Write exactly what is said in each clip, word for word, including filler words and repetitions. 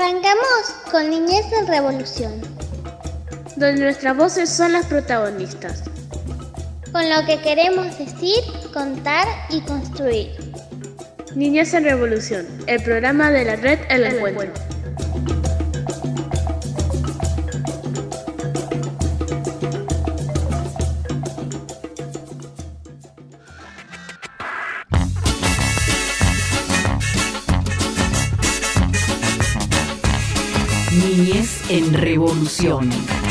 Arrancamos con Niñez en Revolución, donde nuestras voces son las protagonistas. Con lo que queremos decir, contar y construir. Niñez en Revolución, el programa de la red El Encuentro. Niñez en Revolución.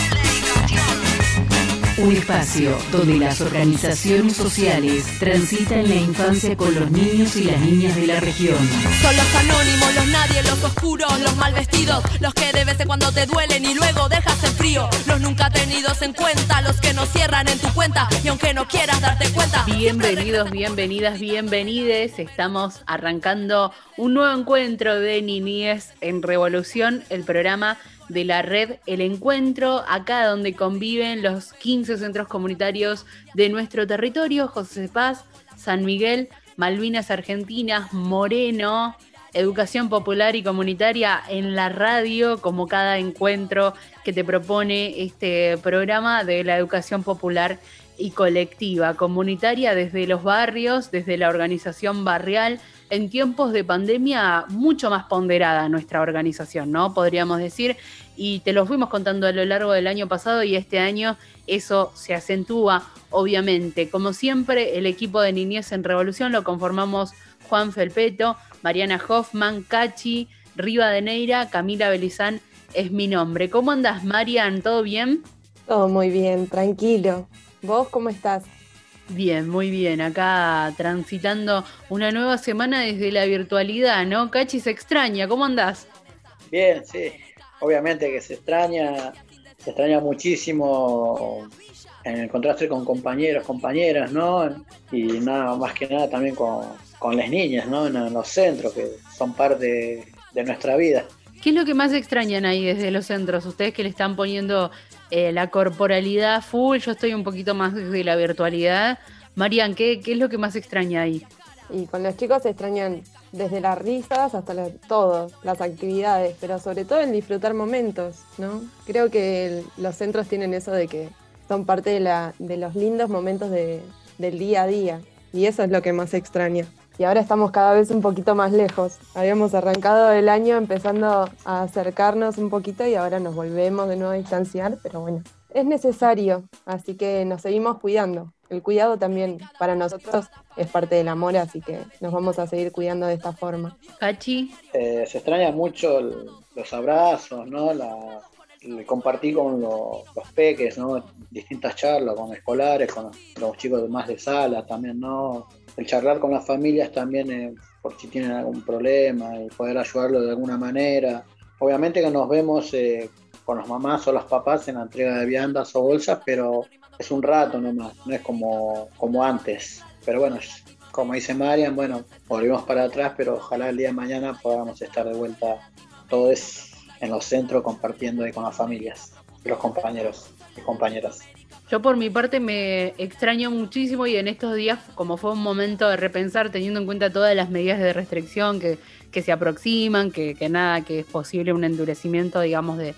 Un espacio donde las organizaciones sociales transitan la infancia con los niños y las niñas de la región. Son los anónimos, los nadie, los oscuros, los mal vestidos, los que de vez en cuando te duelen y luego dejas en frío, los nunca tenidos en cuenta, los que no cierran en tu cuenta y aunque no quieras darte cuenta. Bienvenidos, bienvenidas, bienvenides. Estamos arrancando un nuevo encuentro de Niñez en Revolución, el programa de la red El Encuentro, acá donde conviven los quince centros comunitarios de nuestro territorio: José Paz, San Miguel, Malvinas Argentinas, Moreno. Educación popular y comunitaria en la radio, como cada encuentro que te propone este programa de la educación popular y colectiva, comunitaria desde los barrios, desde la organización barrial. En tiempos de pandemia, mucho más ponderada nuestra organización, ¿no? Podríamos decir, y te lo fuimos contando a lo largo del año pasado y este año eso se acentúa, obviamente. Como siempre, el equipo de Niñez en Revolución lo conformamos Juan Felpeto, Mariana Hoffman, Cachi, Rivadeneira, Camila Belizán es mi nombre. ¿Cómo andás, Marian? ¿Todo bien? Todo muy bien, tranquilo. ¿Vos cómo estás? Bien, muy bien. Acá transitando una nueva semana desde la virtualidad, ¿no? Cachi, se extraña. ¿Cómo andás? Bien, sí. Obviamente que se extraña, se extraña muchísimo en encontrarse con compañeros, compañeras, ¿no? Y nada, más que nada también con, con las niñas, ¿no? En los centros, que son parte de, de nuestra vida. ¿Qué es lo que más extrañan ahí desde los centros? Ustedes que le están poniendo eh, la corporalidad full, yo estoy un poquito más desde la virtualidad. Marian, ¿qué, qué es lo que más extraña ahí? Y con los chicos se extrañan desde las risas hasta la, todo, las actividades, pero sobre todo el disfrutar momentos, ¿no? Creo que el, los centros tienen eso de que son parte de, la, de los lindos momentos de, del día a día, y eso es lo que más extraña. Y ahora estamos cada vez un poquito más lejos. Habíamos arrancado el año empezando a acercarnos un poquito y ahora nos volvemos de nuevo a distanciar, pero bueno, es necesario, así que nos seguimos cuidando. El cuidado también para nosotros es parte del amor, así que nos vamos a seguir cuidando de esta forma. Cachi. Eh, se extraña mucho el, los abrazos, ¿no? La, el compartir con lo, los peques, ¿no? Distintas charlas con escolares, con los, los chicos más de sala también, ¿no? El charlar con las familias también, eh, por si tienen algún problema y poder ayudarlo de alguna manera. Obviamente que nos vemos eh, con las mamás o los papás en la entrega de viandas o bolsas, pero es un rato nomás, no es como, como antes. Pero bueno, como dice Marian, bueno, volvimos para atrás, pero ojalá el día de mañana podamos estar de vuelta todos en los centros compartiendo ahí con las familias y los compañeros y compañeras. Yo por mi parte me extraño muchísimo y en estos días, como fue un momento de repensar, teniendo en cuenta todas las medidas de restricción que, que se aproximan, que, que nada, que es posible un endurecimiento, digamos, de,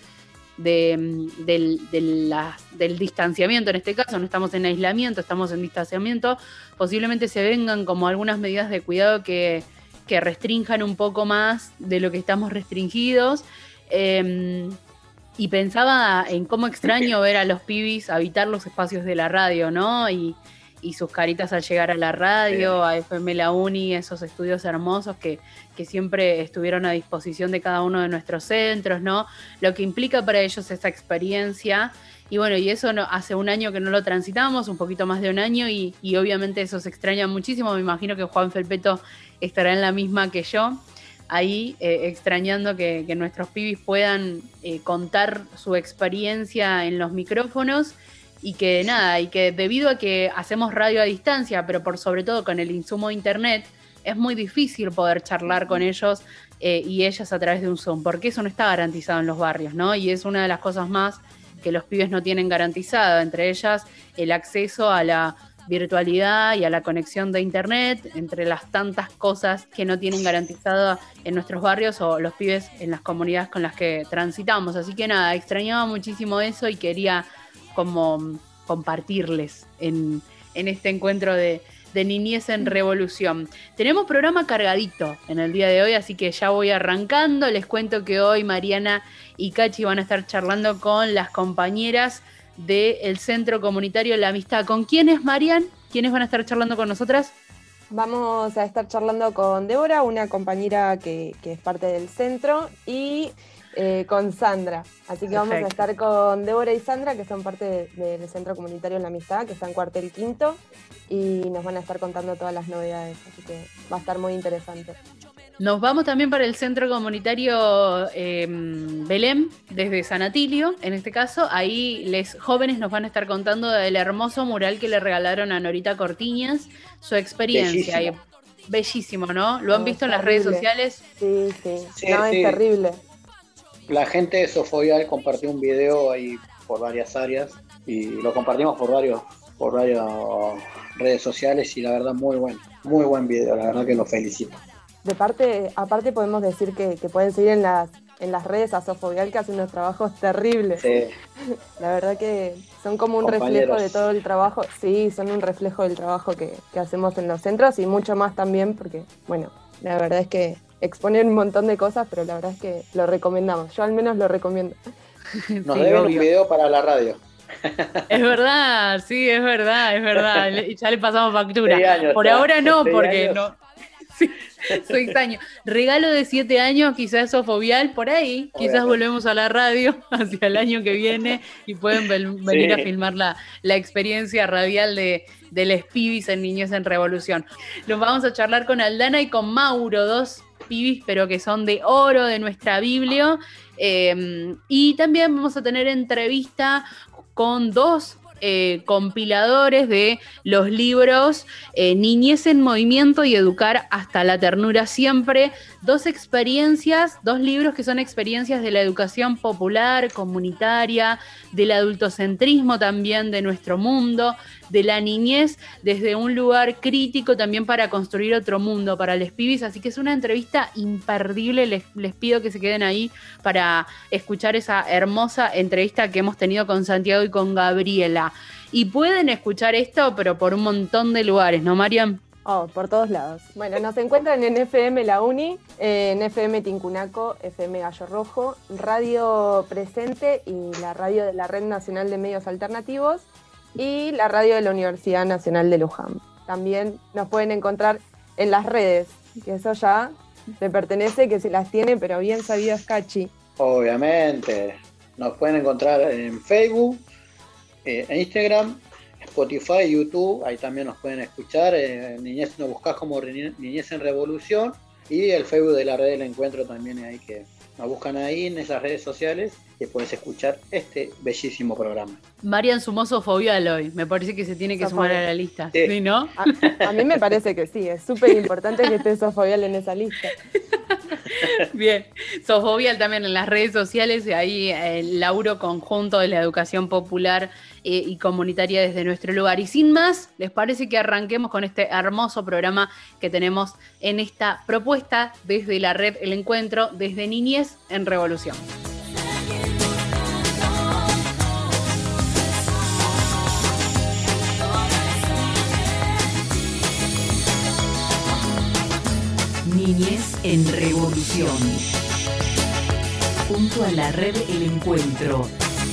de, del, de la, del distanciamiento en este caso, no estamos en aislamiento, estamos en distanciamiento, posiblemente se vengan como algunas medidas de cuidado que, que restrinjan un poco más de lo que estamos restringidos. Eh, Y pensaba en cómo extraño ver a los pibis habitar los espacios de la radio, ¿no? Y, y sus caritas al llegar a la radio, a F M La Uni, esos estudios hermosos que, que siempre estuvieron a disposición de cada uno de nuestros centros, ¿no? Lo que implica para ellos esa experiencia. Y bueno, y eso no, hace un año que no lo transitamos, un poquito más de un año, y, y obviamente eso se extraña muchísimo. Me imagino que Juan Felpeto estará en la misma que yo. Ahí eh, extrañando que, que nuestros pibis puedan eh, contar su experiencia en los micrófonos y que nada, y que debido a que hacemos radio a distancia, pero por sobre todo con el insumo de internet, es muy difícil poder charlar con ellos eh, y ellas a través de un Zoom, porque eso no está garantizado en los barrios, ¿no? Y es una de las cosas más que los pibes no tienen garantizada, entre ellas el acceso a la virtualidad y a la conexión de internet, entre las tantas cosas que no tienen garantizado en nuestros barrios o los pibes en las comunidades con las que transitamos. Así que nada, extrañaba muchísimo eso y quería como compartirles en, en este encuentro de, de Niñez en Revolución. Tenemos programa cargadito en el día de hoy, así que ya voy arrancando. Les cuento que hoy Mariana y Cachi van a estar charlando con las compañeras del Centro Comunitario La Amistad. ¿Con quiénes, Marian? ¿Quiénes van a estar charlando con nosotras? Vamos a estar charlando con Débora, una compañera que, que es parte del centro, y eh, con Sandra. Así que Perfecto. Vamos a estar con Débora y Sandra, que son parte de, del Centro Comunitario La Amistad, que está en Cuartel Quinto, y nos van a estar contando todas las novedades, así que va a estar muy interesante. Nos vamos también para el Centro Comunitario eh, Belén, desde San Atilio, en este caso. Ahí los jóvenes nos van a estar contando del hermoso mural que le regalaron a Norita Cortiñas, su experiencia. Bellísimo, y, bellísimo, ¿no? ¿Lo han no, visto en las redes sociales? Sí, sí, sí no, sí. Es terrible. La gente de Sofovial compartió un video ahí por varias áreas y lo compartimos por varios, por varias redes sociales y la verdad muy buen, muy buen video, la verdad que lo felicito. De parte, aparte podemos decir que, que pueden seguir en las, en las redes a Sofovial, que hacen unos trabajos terribles. Sí. La verdad que son como un Compañeros. reflejo de todo el trabajo. Sí, son un reflejo del trabajo que, que hacemos en los centros y mucho más también porque, bueno, la verdad es que exponen un montón de cosas, pero la verdad es que lo recomendamos. Yo al menos lo recomiendo. Nos sí, deben obvio. un video para la radio. Es verdad, sí, es verdad, es verdad. Ya le pasamos factura. Años, Por ya. ahora no, porque años. no. Sí, soy extraño. Regalo de siete años, quizás Sofovial, por ahí. Quizás Obviamente. Volvemos a la radio hacia el año que viene y pueden ven, venir Sí. a filmar la, la experiencia radial de, de les pibis en Niñez en Revolución. Nos vamos a charlar con Aldana y con Mauro, dos pibis, pero que son de oro de nuestra Biblia. Eh, y también vamos a tener entrevista con dos Eh, compiladores de los libros eh, Niñez en Movimiento y Educar hasta la Ternura Siempre, dos experiencias, dos libros que son experiencias de la educación popular, comunitaria, del adultocentrismo también de nuestro mundo, de la niñez desde un lugar crítico también para construir otro mundo para les pibis, así que es una entrevista imperdible, les, les pido que se queden ahí para escuchar esa hermosa entrevista que hemos tenido con Santiago y con Gabriela. Y pueden escuchar esto, pero por un montón de lugares, ¿no, Mariam? Oh, por todos lados. Bueno, nos encuentran en F M La Uni, en F M Tincunaco, F M Gallo Rojo, Radio Presente y la radio de la Red Nacional de Medios Alternativos y la radio de la Universidad Nacional de Luján. También nos pueden encontrar en las redes, que eso ya le pertenece, que se las tiene, pero bien sabido es Cachi. Obviamente. Nos pueden encontrar en Facebook, eh, en Instagram, Spotify, YouTube, ahí también nos pueden escuchar. Eh, Niñez, nos buscás como Niñez en Revolución, y el Facebook de la Red del Encuentro también, ahí que nos buscan ahí en esas redes sociales y puedes escuchar este bellísimo programa. Marian sumó Sofovial hoy, me parece que se tiene que Sofovial. sumar a la lista, Sí. ¿sí, no? A, a mí me parece que sí, es súper importante que esté Sofovial en esa lista. Bien, Sofovial también en las redes sociales, y ahí el laburo conjunto de la educación popular eh, y comunitaria desde nuestro lugar. Y sin más, ¿les parece que arranquemos con este hermoso programa que tenemos en esta propuesta desde la red El Encuentro, desde Niñez en Revolución? Niñez en Revolución. Junto a la red El Encuentro.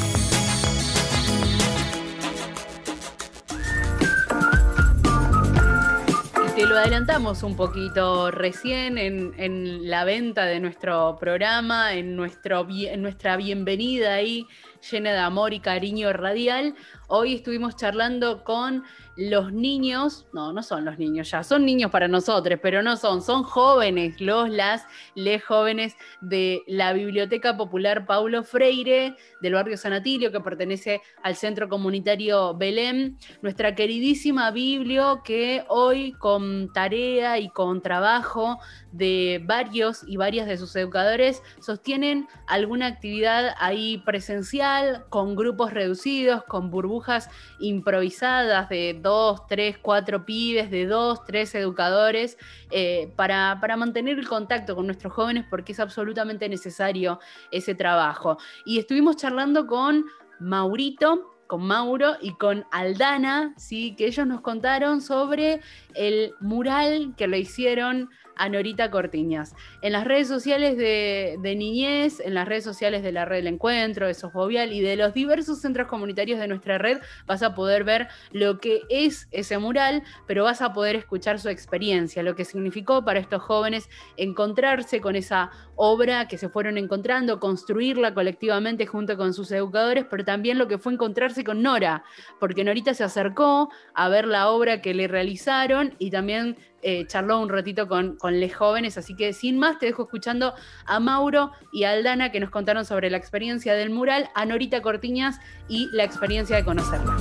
Te lo adelantamos un poquito recién en, en la venta de nuestro programa, en, nuestro, en nuestra bienvenida ahí, llena de amor y cariño radial. Hoy estuvimos charlando con los niños, no, no son los niños ya, son niños para nosotros, pero no son, son jóvenes, los, las, les jóvenes de la Biblioteca Popular Paulo Freire, del barrio San Atilio, que pertenece al Centro Comunitario Belén, nuestra queridísima Biblio, que hoy con tarea y con trabajo de varios y varias de sus educadores sostienen alguna actividad ahí presencial, mural con grupos reducidos, con burbujas improvisadas de dos, tres, cuatro pibes, de dos, tres educadores, eh, para, para mantener el contacto con nuestros jóvenes, porque es absolutamente necesario ese trabajo. Y estuvimos charlando con Maurito, con Mauro y con Aldana, ¿sí? Que ellos nos contaron sobre el mural que le hicieron a Norita Cortiñas. En las redes sociales de, de Niñez, en las redes sociales de la Red del Encuentro, de Sosbovial y de los diversos centros comunitarios de nuestra red, vas a poder ver lo que es ese mural, pero vas a poder escuchar su experiencia, lo que significó para estos jóvenes encontrarse con esa obra que se fueron encontrando, construirla colectivamente junto con sus educadores, pero también lo que fue encontrarse con Nora, porque Norita se acercó a ver la obra que le realizaron y también Eh, charló un ratito con, con les jóvenes, así que sin más te dejo escuchando a Mauro y a Aldana, que nos contaron sobre la experiencia del mural, a Norita Cortiñas y la experiencia de conocerla.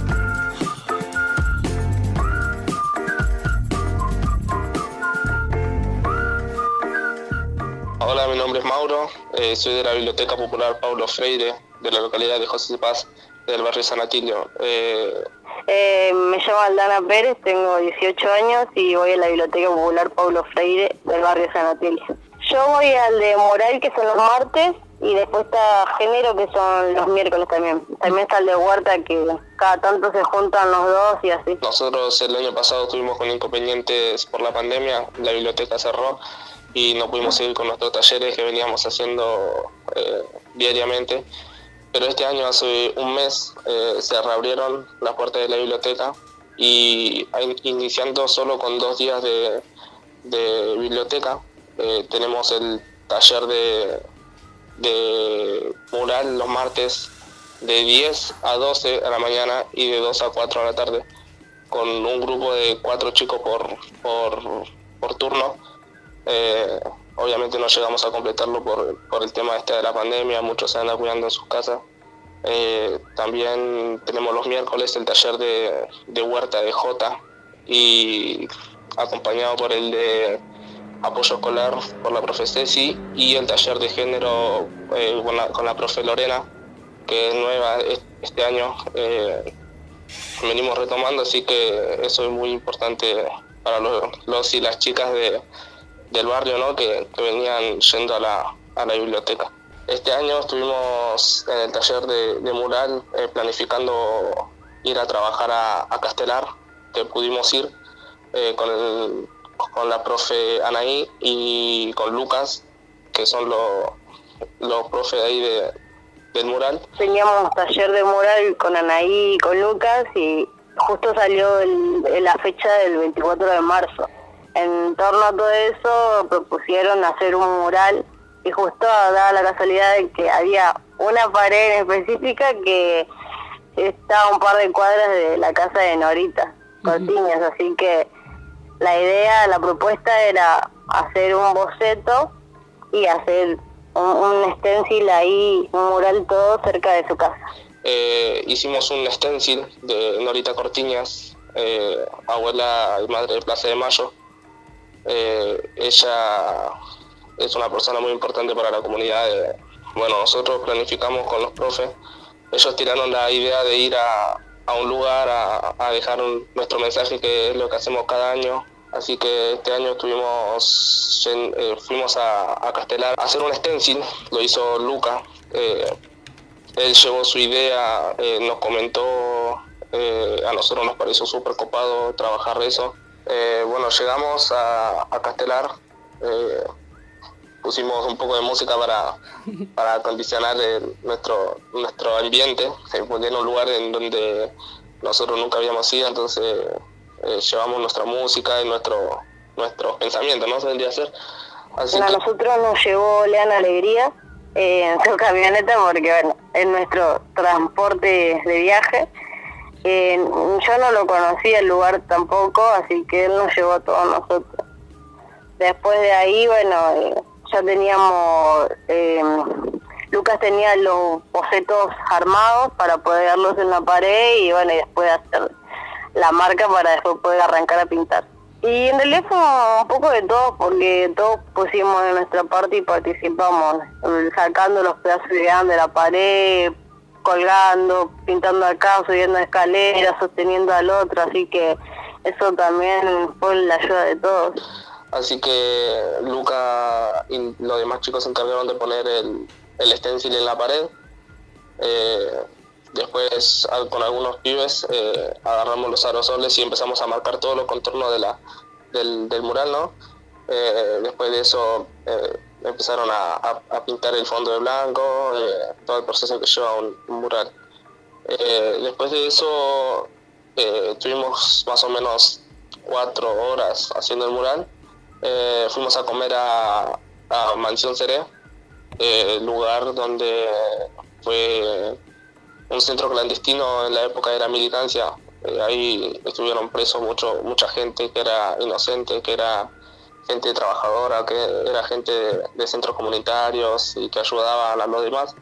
Hola, mi nombre es Mauro, eh, soy de la Biblioteca Popular Paulo Freire, de la localidad de José Paz, del barrio San Atilio. Eh, Eh, me llamo Aldana Pérez, tengo dieciocho años y voy a la Biblioteca Popular Paulo Freire del barrio San Atilio. Yo voy al de Moral, que son los martes, y después está Género, que son los miércoles también. También está el de Huerta, que cada tanto se juntan los dos y así. Nosotros el año pasado tuvimos con inconvenientes por la pandemia, la biblioteca cerró y no pudimos seguir con nuestros talleres que veníamos haciendo eh, diariamente. Pero este año, hace un mes, eh, se reabrieron las puertas de la biblioteca y iniciando solo con dos días de, de biblioteca, eh, tenemos el taller de, de mural los martes de diez a doce a la mañana y de dos a cuatro a la tarde, con un grupo de cuatro chicos por, por, por turno. Eh, Obviamente no llegamos a completarlo por, por el tema este de la pandemia, muchos se andan cuidando en sus casas. Eh, también tenemos los miércoles el taller de, de Huerta de Jota, y acompañado por el de apoyo escolar por la profe Ceci, y el taller de género eh, con, la, con la profe Lorena, que es nueva este año. Eh, venimos retomando, así que eso es muy importante para los, los y las chicas de del barrio, ¿no? que, que venían yendo a la, a la biblioteca. Este año estuvimos en el taller de, de mural eh, planificando ir a trabajar a, a Castelar, que pudimos ir eh, con, el, con la profe Anaí y con Lucas, que son los los profes de ahí de, del mural. Teníamos taller de mural con Anaí y con Lucas y justo salió el, la fecha del veinticuatro de marzo. En torno a todo eso propusieron hacer un mural y justo daba la casualidad de que había una pared en específica que estaba a un par de cuadras de la casa de Norita Cortiñas, uh-huh. Así que la idea, la propuesta era hacer un boceto y hacer un, un stencil ahí, un mural todo cerca de su casa. Eh, hicimos un stencil de Norita Cortiñas, eh, abuela y madre de Plaza de Mayo. Eh, ella es una persona muy importante para la comunidad. De, bueno, nosotros planificamos con los profes, ellos tiraron la idea de ir a, a un lugar a, a dejar un, nuestro mensaje, que es lo que hacemos cada año. Así que este año estuvimos, eh, fuimos a, a Castelar a hacer un stencil, lo hizo Luca. Eh, él llevó su idea, eh, nos comentó, eh, a nosotros nos pareció súper copado trabajar eso. Eh, bueno, llegamos a, a Castelar, eh, pusimos un poco de música para, para acondicionar el, nuestro, nuestro ambiente, se ponía en un lugar en donde nosotros nunca habíamos ido, entonces eh, llevamos nuestra música y nuestro, nuestros pensamientos, ¿no? Se vendría a ser. Así bueno, que... a nosotros nos llevó Leana Alegría eh, en su camioneta porque, bueno, es nuestro transporte de viaje. Eh, yo no lo conocía el lugar tampoco, así que él nos llevó a todos nosotros. Después de ahí, bueno, eh, ya teníamos, eh, Lucas tenía los bocetos armados para poderlos en la pared y bueno, y después hacer la marca para después poder arrancar a pintar. Y en realidad fue un poco de todo, porque todos pusimos de nuestra parte y participamos, sacando los pedazos de de la pared, colgando, pintando acá, subiendo escaleras, sosteniendo al otro, así que eso también fue la ayuda de todos. Así que Luca y los demás chicos se encargaron de poner el, el stencil en la pared. Eh, después con algunos pibes eh, agarramos los aerosoles y empezamos a marcar todos los contornos de la, del, del mural, ¿no? Eh, después de eso eh, empezaron a, a, a pintar el fondo de blanco, eh, todo el proceso que lleva un, un mural. Eh, después de eso eh, tuvimos más o menos cuatro horas haciendo el mural. Eh, fuimos a comer a, a Mansión Seré, eh, lugar donde fue un centro clandestino en la época de la militancia. Eh, ahí estuvieron presos mucho, mucha gente que era inocente, que era gente trabajadora, que era gente de, de centros comunitarios y que ayudaban a los demás,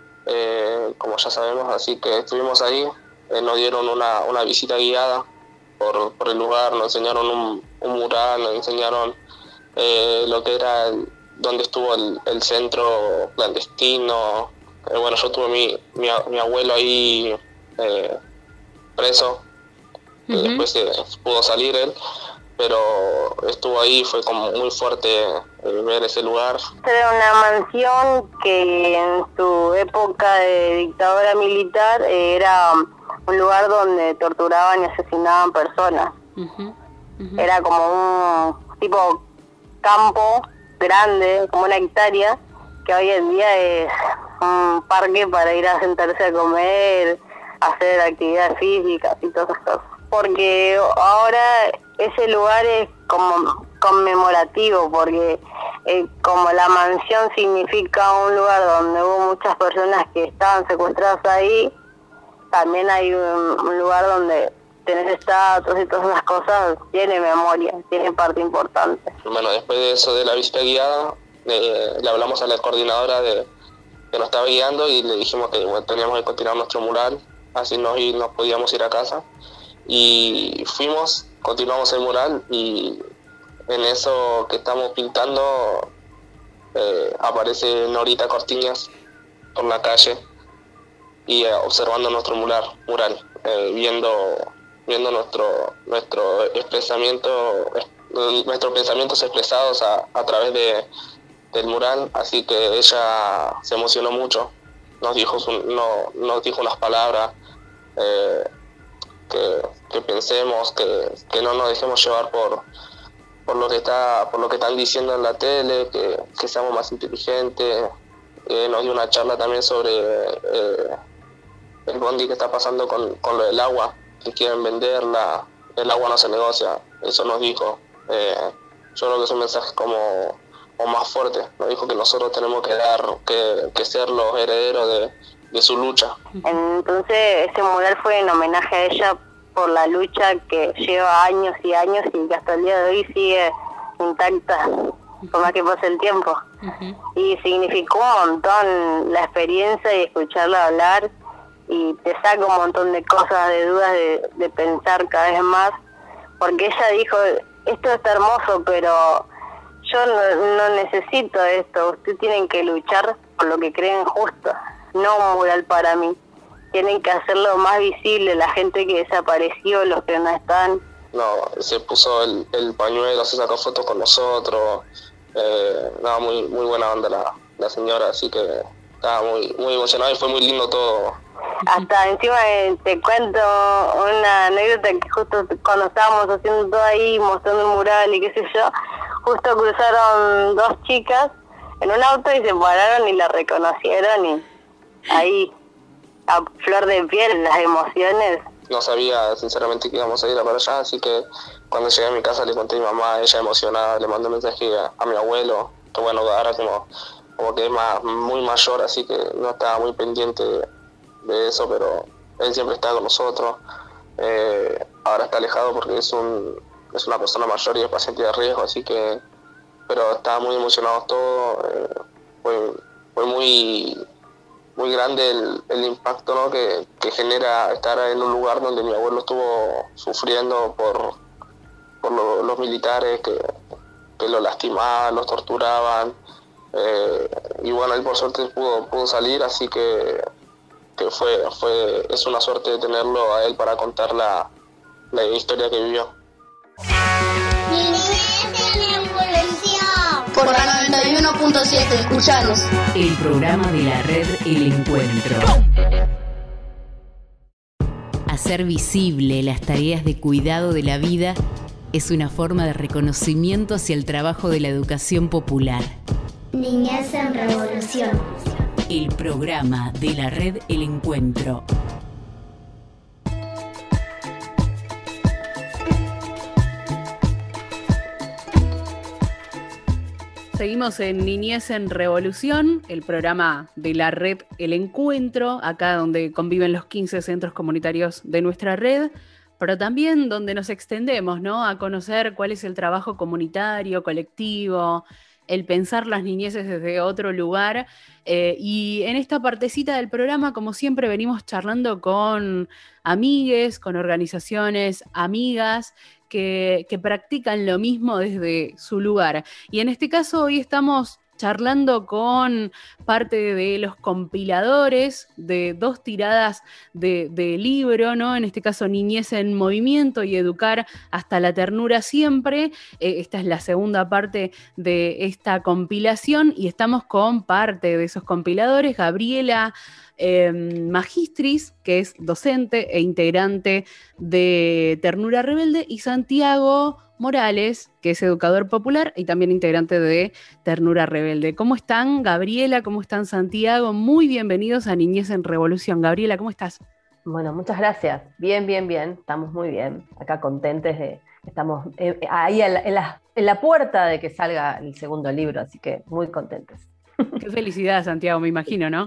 eh, como ya sabemos. Así que estuvimos ahí, eh, nos dieron una, una visita guiada por, por el lugar, nos enseñaron un, un mural, nos enseñaron eh, lo que era, el, donde estuvo el, el centro clandestino. Eh, bueno, yo tuve mi, mi, mi abuelo ahí eh, preso, uh-huh. Y después eh, pudo salir él, pero estuvo ahí, fue como muy fuerte eh, ver ese lugar. Era una mansión que en su época de dictadura militar eh, era un lugar donde torturaban y asesinaban personas. Uh-huh. Uh-huh. Era como un tipo campo grande, como una hectárea, que hoy en día es un parque para ir a sentarse a comer, hacer actividades físicas y todas esas cosas. Porque ahora ese lugar es como conmemorativo, porque eh, como la mansión significa un lugar donde hubo muchas personas que estaban secuestradas ahí, también hay un, un lugar donde tenés estatuas y todas esas cosas, tiene memoria, tiene parte importante. Bueno, después de eso de la visita guiada, eh, le hablamos a la coordinadora de, que nos estaba guiando y le dijimos que bueno, teníamos que continuar nuestro mural, así nos, y nos podíamos ir a casa. Y fuimos, continuamos el mural y en eso que estamos pintando eh, aparece Norita Cortiñas por la calle y eh, observando nuestro mural, mural eh, viendo viendo nuestro nuestro expresamiento, nuestros pensamientos expresados a, a través de, del mural, así que ella se emocionó mucho, nos dijo su, no, nos dijo unas palabras, eh, que, que pensemos, que, que no nos dejemos llevar por por lo que está por lo que están diciendo en la tele, que, que seamos más inteligentes. Eh, nos dio una charla también sobre eh, el bondi que está pasando con, con lo del agua, que quieren venderla, el agua no se negocia, eso nos dijo. Eh, yo creo que es un mensaje como o más fuerte, nos dijo que nosotros tenemos que dar, que, que ser los herederos de, de su lucha. Entonces ese mural fue en homenaje a ella por la lucha que lleva años y años y que hasta el día de hoy sigue intacta, por más que pase el tiempo. Uh-huh. Y significó un montón la experiencia y escucharla hablar, y te saca un montón de cosas, de dudas, de, de pensar cada vez más, porque ella dijo, esto está hermoso, pero yo no, no necesito esto, ustedes tienen que luchar por lo que creen justo, no un mural para mí. Tienen que hacerlo más visible, la gente que desapareció, los que no están. No, se puso el, el pañuelo, se sacó fotos con nosotros, eh, no, muy muy buena onda la, la señora, así que estaba muy muy emocionada y fue muy lindo todo. Hasta encima eh, te cuento una anécdota que justo cuando estábamos haciendo todo ahí, mostrando el mural y qué sé yo, justo cruzaron dos chicas en un auto y se pararon y la reconocieron y ahí a flor de piel las emociones. No sabía sinceramente que íbamos a ir a para allá, así que cuando llegué a mi casa le conté a mi mamá, ella emocionada, le mandó un mensaje a, a mi abuelo, que bueno, ahora como, como que es más, muy mayor, así que no estaba muy pendiente de, de eso, pero él siempre está con nosotros. Eh, ahora está alejado porque es un es una persona mayor y es paciente de riesgo, así que, pero estaba muy emocionados todos. Eh, fue, fue muy muy grande el, el impacto, ¿no? que, que genera estar en un lugar donde mi abuelo estuvo sufriendo por, por lo, los militares que, que lo lastimaban, los torturaban, eh, y bueno, él por suerte pudo, pudo salir, así que que fue, fue, es una suerte tenerlo a él para contar la, la historia que vivió. Por la noventa y uno punto siete, escuchanos. El programa de la red El Encuentro. Hacer visible las tareas de cuidado de la vida es una forma de reconocimiento hacia el trabajo de la educación popular. Niñez en Revolución. El programa de la red El Encuentro. Seguimos en Niñez en Revolución, el programa de la red El Encuentro, acá donde conviven los quince centros comunitarios de nuestra red, pero también donde nos extendemos, ¿no?, a conocer cuál es el trabajo comunitario, colectivo, el pensar las niñeces desde otro lugar. Eh, y en esta partecita del programa, como siempre, venimos charlando con amigues, con organizaciones amigas, Que, que practican lo mismo desde su lugar. Y en este caso hoy estamos charlando con parte de los compiladores de dos tiradas de, de libro, ¿no? En este caso Niñez en Movimiento y Educar hasta la Ternura Siempre. Eh, esta es la segunda parte de esta compilación y estamos con parte de esos compiladores, Gabriela Eh, Magistris, que es docente e integrante de Ternura Rebelde, y Santiago Morales, que es educador popular y también integrante de Ternura Rebelde. ¿Cómo están, Gabriela? ¿Cómo están, Santiago? Muy bienvenidos a Niñez en Revolución. Gabriela, ¿cómo estás? Bueno, muchas gracias. Bien, bien, bien. Estamos muy bien. Acá contentes de... Estamos eh, ahí en la, en, la, en la puerta de que salga el segundo libro, así que muy contentes. Qué felicidad, Santiago, me imagino, ¿no?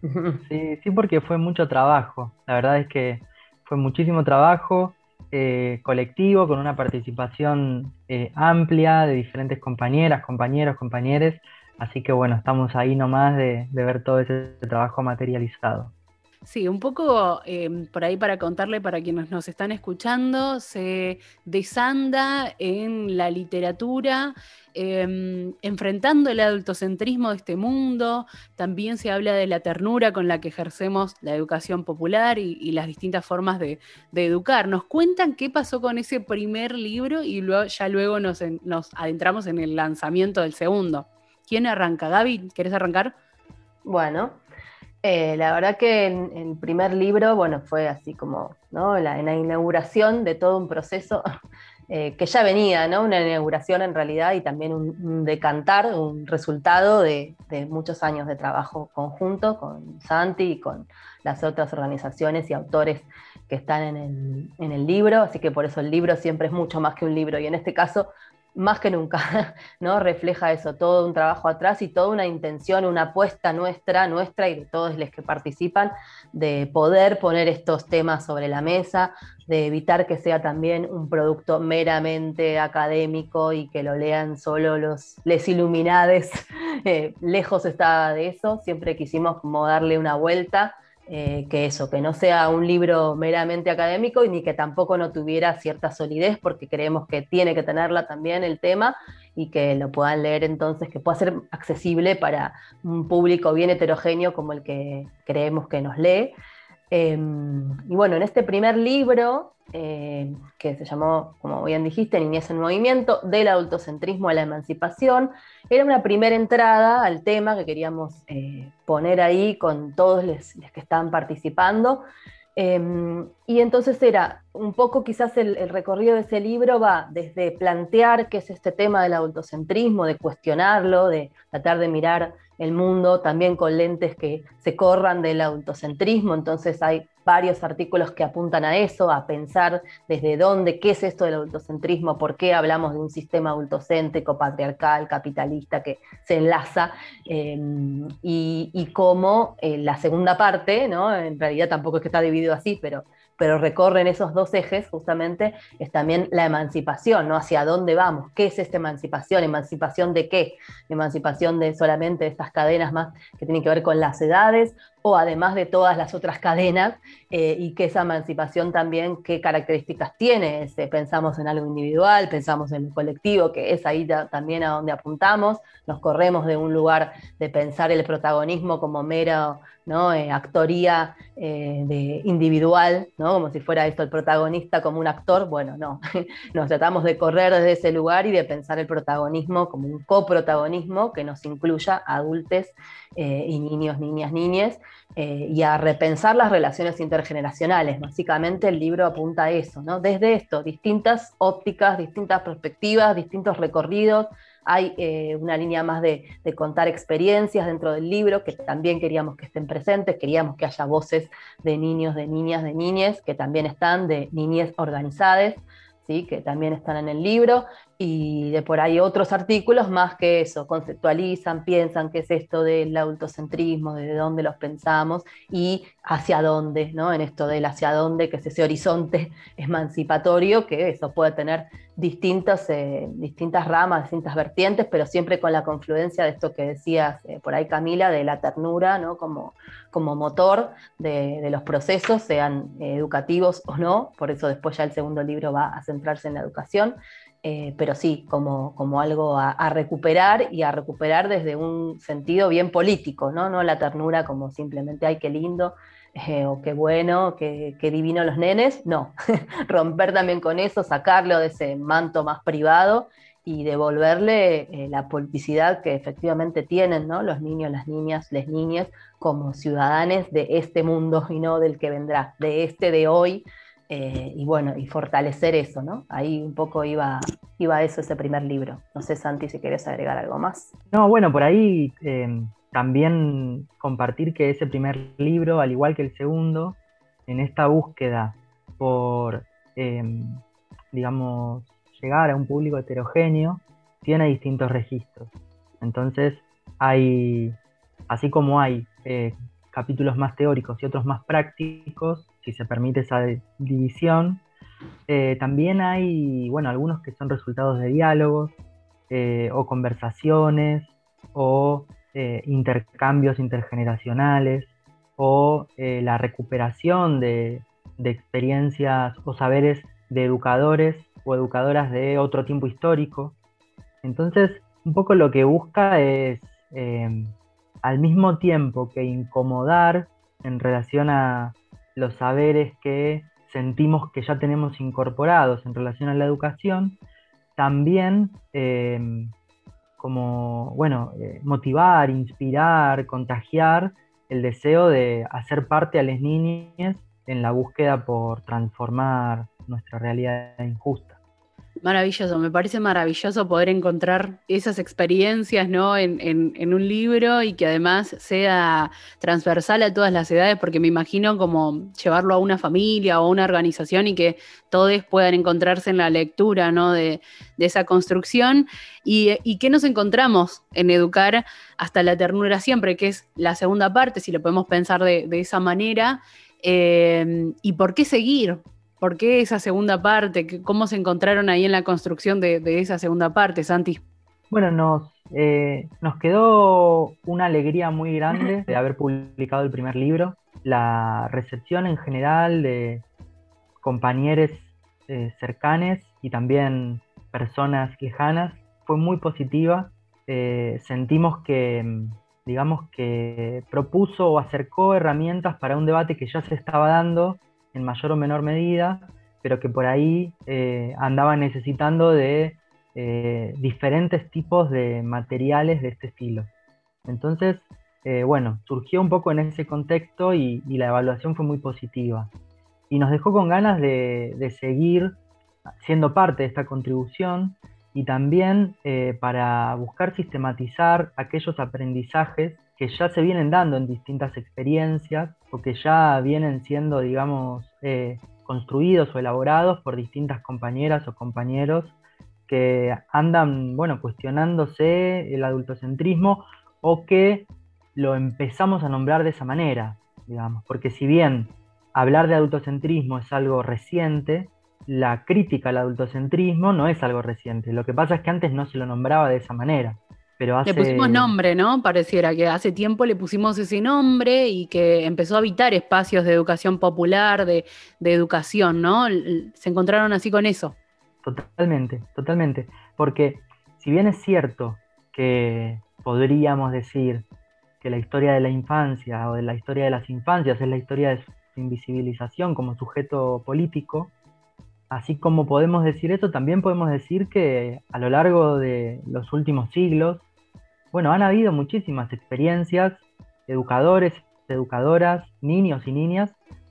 Sí, sí, porque fue mucho trabajo. La verdad es que fue muchísimo trabajo eh, colectivo, con una participación eh, amplia de diferentes compañeras, compañeros, compañeres. Así que bueno, estamos ahí nomás de, de ver todo ese trabajo materializado. Sí, un poco eh, por ahí para contarle para quienes nos están escuchando, se desanda en la literatura, eh, enfrentando el adultocentrismo de este mundo. También se habla de la ternura con la que ejercemos la educación popular y, y las distintas formas de, de educar. Nos cuentan qué pasó con ese primer libro y luego, ya luego nos, en, nos adentramos en el lanzamiento del segundo. ¿Quién arranca? Gaby, ¿querés arrancar? Bueno. Eh, la verdad que en, en el primer libro, bueno, fue así como, ¿no?, la, la inauguración de todo un proceso eh, que ya venía, ¿no?, una inauguración en realidad y también un, un decantar, un resultado de, de muchos años de trabajo conjunto con Santi y con las otras organizaciones y autores que están en el, en el libro, así que por eso el libro siempre es mucho más que un libro y en este caso más que nunca, ¿no?, refleja eso, todo un trabajo atrás y toda una intención, una apuesta nuestra, nuestra y de todos los que participan, de poder poner estos temas sobre la mesa, de evitar que sea también un producto meramente académico y que lo lean solo los les iluminades, eh, lejos está de eso, siempre quisimos como darle una vuelta. Eh, que eso, que no sea un libro meramente académico y ni que tampoco no tuviera cierta solidez, porque creemos que tiene que tenerla también el tema y que lo puedan leer entonces, que pueda ser accesible para un público bien heterogéneo como el que creemos que nos lee. Eh, y bueno, en este primer libro, eh, que se llamó, como bien dijiste, Niñez en Movimiento, del adultocentrismo a la emancipación, era una primera entrada al tema que queríamos eh, poner ahí con todos los, los que estaban participando. Eh, y entonces era un poco quizás el, el recorrido de ese libro va desde plantear qué es este tema del adultocentrismo, de cuestionarlo, de tratar de mirar el mundo también con lentes que se corran del adultocentrismo, entonces hay varios artículos que apuntan a eso, a pensar desde dónde, qué es esto del adultocentrismo, por qué hablamos de un sistema adultocéntrico, patriarcal, capitalista que se enlaza, eh, y, y cómo eh, la segunda parte, ¿no?, en realidad tampoco es que está dividido así, pero pero recorren esos dos ejes justamente, es también la emancipación, ¿no? Hacia dónde vamos, qué es esta emancipación, emancipación de qué, emancipación de solamente estas cadenas más que tienen que ver con las edades, o además de todas las otras cadenas, eh, y que esa emancipación también, qué características tiene. Este, pensamos en algo individual, pensamos en el colectivo, que es ahí ya, también a donde apuntamos, nos corremos de un lugar de pensar el protagonismo como mera, ¿no? eh, actoría eh, de individual, ¿no? Como si fuera esto el protagonista como un actor. Bueno, no, nos tratamos de correr desde ese lugar y de pensar el protagonismo como un coprotagonismo que nos incluya a adultos eh, y niños, niñas, niñes, eh, y a repensar las relaciones intergeneracionales. Básicamente el libro apunta a eso, ¿no? Desde esto, distintas ópticas, distintas perspectivas, distintos recorridos. Hay eh, una línea más de, de contar experiencias dentro del libro, que también queríamos que estén presentes, queríamos que haya voces de niños, de niñas, de niñes, que también están, de niñez organizadas, ¿sí? Que también están en el libro, y de por ahí otros artículos más que eso, conceptualizan, piensan qué es esto del adultocentrismo, desde dónde los pensamos y hacia dónde, ¿no? En esto del hacia dónde, que es ese horizonte emancipatorio, que eso puede tener distintas, eh, distintas ramas, distintas vertientes, pero siempre con la confluencia de esto que decías eh, por ahí, Camila, de la ternura, ¿no? como, como motor de, de los procesos, sean eh, educativos o no. Por eso después ya el segundo libro va a centrarse en la educación. Eh, pero sí, como, como algo a, a recuperar, y a recuperar desde un sentido bien político, ¿no? No la ternura como simplemente, ay, qué lindo, eh, o qué bueno, qué, qué divino los nenes. No, romper también con eso, sacarlo de ese manto más privado y devolverle eh, la politicidad que efectivamente tienen, ¿no? Los niños, las niñas, las niñas, como ciudadanos de este mundo y no del que vendrá, de este de hoy. Eh, y bueno, y fortalecer eso, ¿no? Ahí un poco iba, iba eso, ese primer libro. No sé, Santi, si querés agregar algo más. No, bueno, por ahí eh, también compartir que ese primer libro, al igual que el segundo, en esta búsqueda por, eh, digamos, llegar a un público heterogéneo, tiene distintos registros. Entonces, hay, así como hay eh, capítulos más teóricos y otros más prácticos, si se permite esa división, eh, también hay, bueno, algunos que son resultados de diálogos, eh, o conversaciones, o eh, intercambios intergeneracionales, o eh, la recuperación de, de experiencias o saberes de educadores o educadoras de otro tiempo histórico. Entonces, un poco lo que busca es, eh, al mismo tiempo que incomodar en relación a los saberes que sentimos que ya tenemos incorporados en relación a la educación, también eh, como, bueno, eh, motivar, inspirar, contagiar el deseo de hacer parte a las niñas en la búsqueda por transformar nuestra realidad injusta. Maravilloso, me parece maravilloso poder encontrar esas experiencias, ¿no? en, en, en un libro, y que además sea transversal a todas las edades, porque me imagino como llevarlo a una familia o a una organización y que todos puedan encontrarse en la lectura, ¿no? de, de esa construcción. Y, y qué nos encontramos en Educar hasta la ternura siempre, que es la segunda parte, si lo podemos pensar de, de esa manera, eh, y por qué seguir. ¿Por qué esa segunda parte? ¿Cómo se encontraron ahí en la construcción de, de esa segunda parte, Santi? Bueno, nos, eh, nos quedó una alegría muy grande de haber publicado el primer libro. La recepción en general de compañeros eh, cercanos y también personas lejanas fue muy positiva. Eh, sentimos que, digamos, que propuso o acercó herramientas para un debate que ya se estaba dando en mayor o menor medida, pero que por ahí eh, andaban necesitando de eh, diferentes tipos de materiales de este estilo. Entonces, eh, bueno, surgió un poco en ese contexto y, y la evaluación fue muy positiva. Y nos dejó con ganas de, de seguir siendo parte de esta contribución, y también eh, para buscar sistematizar aquellos aprendizajes que ya se vienen dando en distintas experiencias, o que ya vienen siendo, digamos, eh, construidos o elaborados por distintas compañeras o compañeros que andan, bueno, cuestionándose el adultocentrismo, o que lo empezamos a nombrar de esa manera, digamos, porque si bien hablar de adultocentrismo es algo reciente, la crítica al adultocentrismo no es algo reciente. Lo que pasa es que antes no se lo nombraba de esa manera. pero hace... Le pusimos nombre, ¿no? Pareciera que hace tiempo le pusimos ese nombre y que empezó a habitar espacios de educación popular, de, de educación, ¿no? Se encontraron así con eso. Totalmente, totalmente. Porque si bien es cierto que podríamos decir que la historia de la infancia o de la historia de las infancias es la historia de su invisibilización como sujeto político, así como podemos decir eso, también podemos decir que a lo largo de los últimos siglos, bueno, han habido muchísimas experiencias, educadores, educadoras, niños y niñas,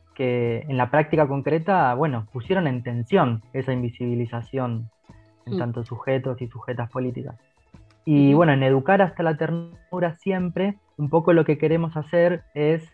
que en la práctica concreta, bueno, pusieron en tensión esa invisibilización en Mm. tanto sujetos y sujetas políticas. Y bueno, en Educar hasta la ternura siempre, un poco lo que queremos hacer es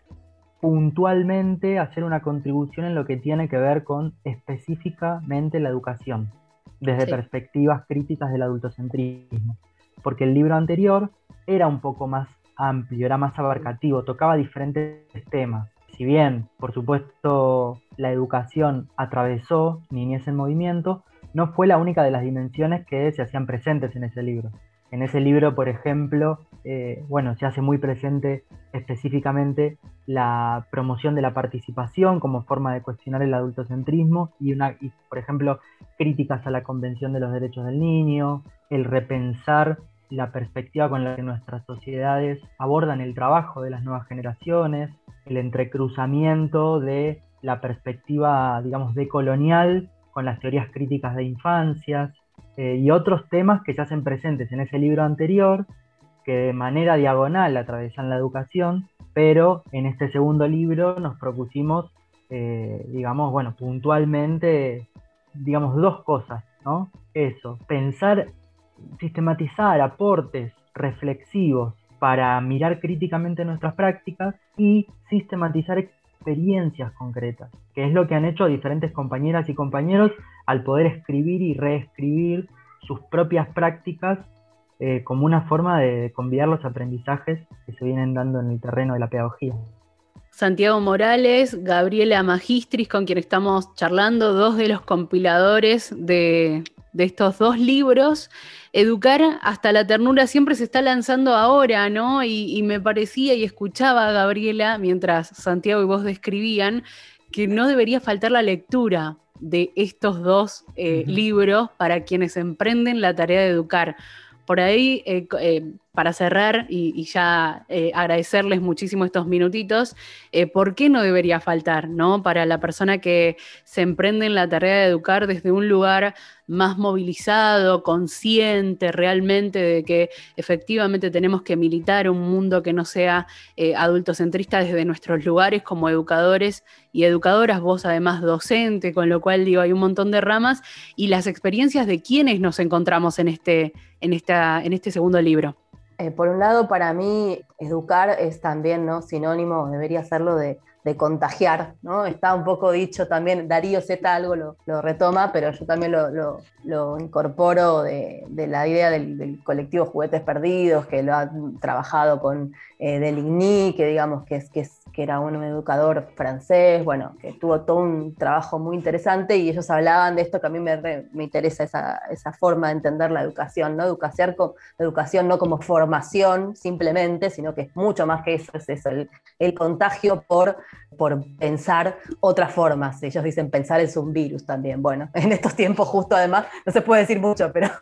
puntualmente hacer una contribución en lo que tiene que ver con específicamente la educación, desde Sí. perspectivas críticas del adultocentrismo. Porque el libro anterior era un poco más amplio, era más abarcativo, tocaba diferentes temas. Si bien, por supuesto, la educación atravesó Niñez en Movimiento, no fue la única de las dimensiones que se hacían presentes en ese libro. En ese libro, por ejemplo, eh, bueno, se hace muy presente específicamente la promoción de la participación como forma de cuestionar el adultocentrismo y, una, y, por ejemplo, críticas a la Convención de los Derechos del Niño, el repensar la perspectiva con la que nuestras sociedades abordan el trabajo de las nuevas generaciones, el entrecruzamiento de la perspectiva, digamos, decolonial con las teorías críticas de infancias, eh, y otros temas que se hacen presentes en ese libro anterior, que de manera diagonal atravesan la educación, pero en este segundo libro nos propusimos, eh, digamos, bueno, puntualmente, digamos, dos cosas, ¿no? Eso, pensar, sistematizar aportes reflexivos para mirar críticamente nuestras prácticas y sistematizar experiencias concretas, que es lo que han hecho diferentes compañeras y compañeros al poder escribir y reescribir sus propias prácticas eh, como una forma de convidar los aprendizajes que se vienen dando en el terreno de la pedagogía. Santiago Morales, Gabriela Magistris, con quien estamos charlando, dos de los compiladores de, de estos dos libros. Educar hasta la ternura siempre se está lanzando ahora, ¿no? Y, y me parecía y escuchaba a Gabriela, mientras Santiago y vos describían, que no debería faltar la lectura de estos dos eh, uh-huh. libros para quienes emprenden la tarea de educar. Por ahí, eh, eh, para cerrar y, y ya eh, agradecerles muchísimo estos minutitos, eh, ¿por qué no debería faltar, ¿no? Para la persona que se emprende en la tarea de educar desde un lugar más movilizado, consciente realmente de que efectivamente tenemos que militar un mundo que no sea eh, adultocentrista desde nuestros lugares como educadores y educadoras, vos además docente, con lo cual digo, hay un montón de ramas, y las experiencias de quienes nos encontramos en este, en esta, en este segundo libro. Eh, por un lado, para mí, educar es también, ¿no?, sinónimo, debería serlo de, de contagiar, ¿no? Está un poco dicho también, Darío Zeta algo lo, lo retoma, pero yo también lo, lo, lo incorporo de, de la idea del, del colectivo Juguetes Perdidos, que lo ha trabajado con eh, Deligny, que digamos que, es, que, es, que era un educador francés, bueno, que tuvo todo un trabajo muy interesante, y ellos hablaban de esto, que a mí me, re, me interesa esa, esa forma de entender la educación, ¿no? Educación, educación no como formación simplemente, sino que es mucho más que eso, es eso, el, el contagio por, por pensar otras formas. Ellos dicen pensar es un virus también. Bueno, en estos tiempos justo además no se puede decir mucho, pero,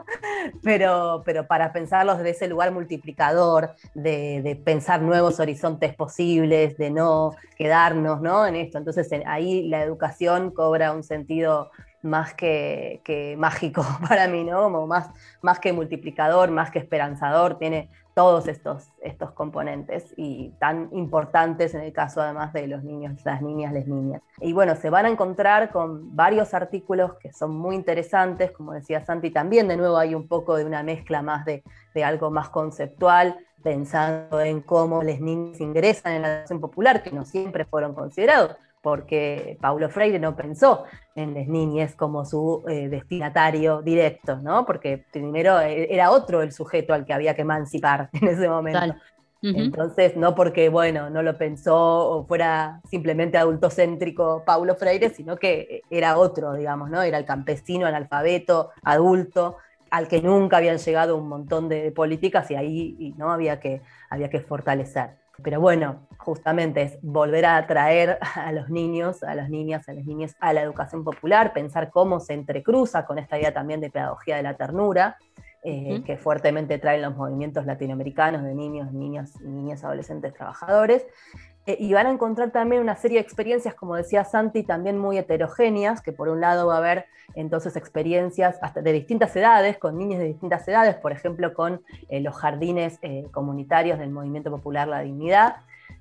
pero, pero para pensarlos desde ese lugar multiplicador, de, de pensar nuevos horizontes posibles, de no quedarnos, ¿no?, en esto. Entonces ahí la educación cobra un sentido más que, que mágico para mí, ¿no? Como más, más que multiplicador, más que esperanzador, tiene todos estos, estos componentes, y tan importantes en el caso además de los niños, las niñas, las niñas. Y bueno, se van a encontrar con varios artículos que son muy interesantes, como decía Santi, también de nuevo hay un poco de una mezcla más de, de algo más conceptual, pensando en cómo los niños ingresan en la educación popular, que no siempre fueron considerados, porque Paulo Freire no pensó en las niñas como su eh, destinatario directo, ¿no? Porque primero era otro el sujeto al que había que emancipar en ese momento. Uh-huh. Entonces, no porque, bueno, no lo pensó o fuera simplemente adultocéntrico Paulo Freire, sino que era otro, digamos, ¿no? Era el campesino, analfabeto, adulto, al que nunca habían llegado un montón de políticas y ahí y, ¿no? había, que, había que fortalecer. Pero bueno, justamente es volver a atraer a los niños, a las niñas, a las niñas a la educación popular, pensar cómo se entrecruza con esta idea también de pedagogía de la ternura, eh, uh-huh. que fuertemente traen los movimientos latinoamericanos de niños, niñas y niñas adolescentes trabajadores. Eh, y van a encontrar también una serie de experiencias, como decía Santi, también muy heterogéneas, que por un lado va a haber entonces experiencias hasta de distintas edades, con niños de distintas edades, por ejemplo con eh, los jardines eh, comunitarios del Movimiento Popular La Dignidad,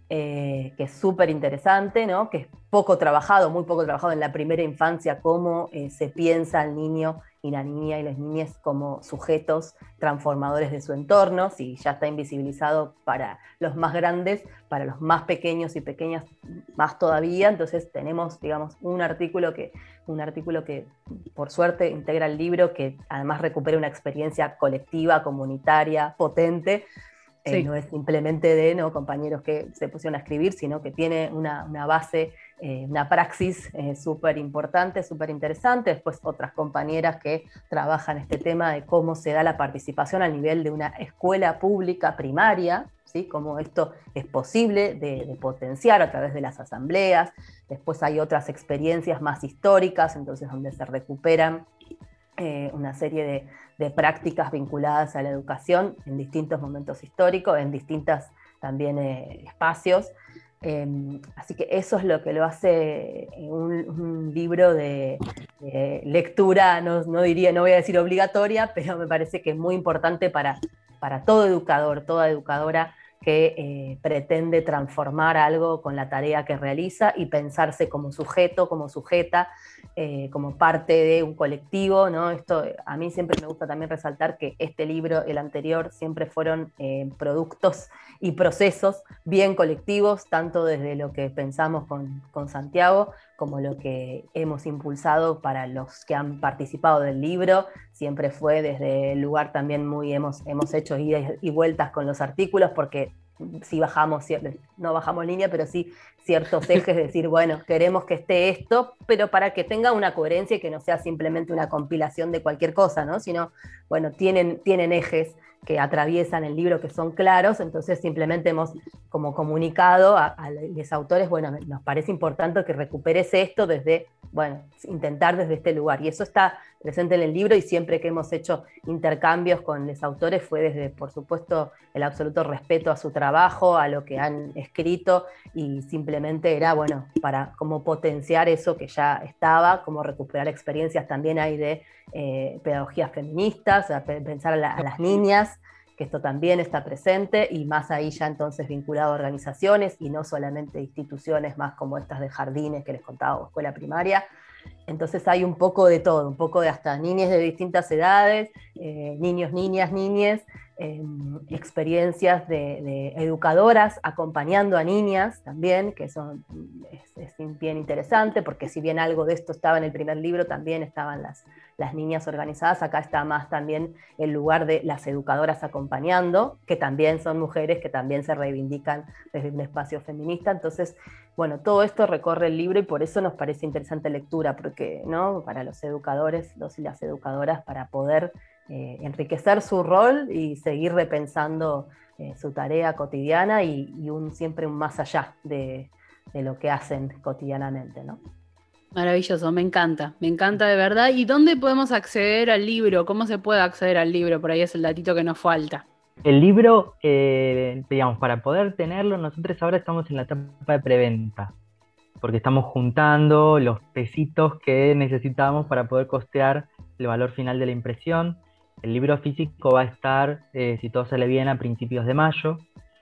eh, que es súper interesante, ¿no? Que es poco trabajado, muy poco trabajado en la primera infancia, cómo eh, se piensa al niño y la niña y las niñas como sujetos transformadores de su entorno, si ya está invisibilizado para los más grandes, para los más pequeños y pequeñas más todavía. Entonces tenemos, digamos, un artículo que, un artículo que por suerte integra el libro, que además recupera una experiencia colectiva, comunitaria, potente. Sí. Eh, no es simplemente de ¿no? compañeros que se pusieron a escribir, sino que tiene una, una base, eh, una praxis eh, súper importante, súper interesante. Después otras compañeras que trabajan este tema de cómo se da la participación a nivel de una escuela pública primaria, ¿sí? Cómo esto es posible de, de potenciar a través de las asambleas. Después hay otras experiencias más históricas, entonces donde se recuperan eh, una serie de de prácticas vinculadas a la educación en distintos momentos históricos, en distintos también eh, espacios. Eh, así que eso es lo que lo hace un, un libro de, de lectura, no, no, diría, no voy a decir obligatoria, pero me parece que es muy importante para, para todo educador, toda educadora que eh, pretende transformar algo con la tarea que realiza y pensarse como sujeto, como sujeta, eh, como parte de un colectivo, ¿no? Esto, a mí siempre me gusta también resaltar que este libro, el anterior, siempre fueron eh, productos y procesos bien colectivos, tanto desde lo que pensamos con, con Santiago, como lo que hemos impulsado para los que han participado del libro. Siempre fue desde el lugar también muy, hemos, hemos hecho idas y vueltas con los artículos, porque sí bajamos, no bajamos línea, pero sí ciertos ejes, decir, bueno, queremos que esté esto, pero para que tenga una coherencia y que no sea simplemente una compilación de cualquier cosa, ¿no? Sino, bueno, tienen, tienen ejes que atraviesan el libro que son claros, entonces simplemente hemos como comunicado a, a los autores, bueno, nos parece importante que recuperes esto desde, bueno, intentar desde este lugar, y eso está presente en el libro, y siempre que hemos hecho intercambios con los autores fue desde, por supuesto, el absoluto respeto a su trabajo, a lo que han escrito, y simplemente era, bueno, para como potenciar eso que ya estaba, como recuperar experiencias también hay de eh, pedagogías feministas, a pensar a, la, a las niñas, que esto también está presente, y más ahí ya entonces vinculado a organizaciones y no solamente instituciones más como estas de jardines que les contaba, o escuela primaria. Entonces hay un poco de todo, un poco de hasta niñas de distintas edades, eh, niños, niñas, niñes, eh, experiencias de, de educadoras acompañando a niñas también, que son, es, es bien interesante, porque si bien algo de esto estaba en el primer libro, también estaban las, las niñas organizadas. Acá está más también el lugar de las educadoras acompañando, que también son mujeres, que también se reivindican desde un espacio feminista. Entonces, bueno, todo esto recorre el libro y por eso nos parece interesante lectura, porque, ¿no? Para los educadores, los y las educadoras, para poder eh, enriquecer su rol y seguir repensando eh, su tarea cotidiana y, y un, siempre un más allá de, de lo que hacen cotidianamente, ¿no? Maravilloso, me encanta, me encanta de verdad. ¿Y dónde podemos acceder al libro? ¿Cómo se puede acceder al libro? Por ahí es el datito que nos falta. El libro, eh, digamos, para poder tenerlo, nosotros ahora estamos en la etapa de preventa, porque estamos juntando los pesitos que necesitamos para poder costear el valor final de la impresión. El libro físico va a estar, eh, si todo sale bien, a principios de mayo.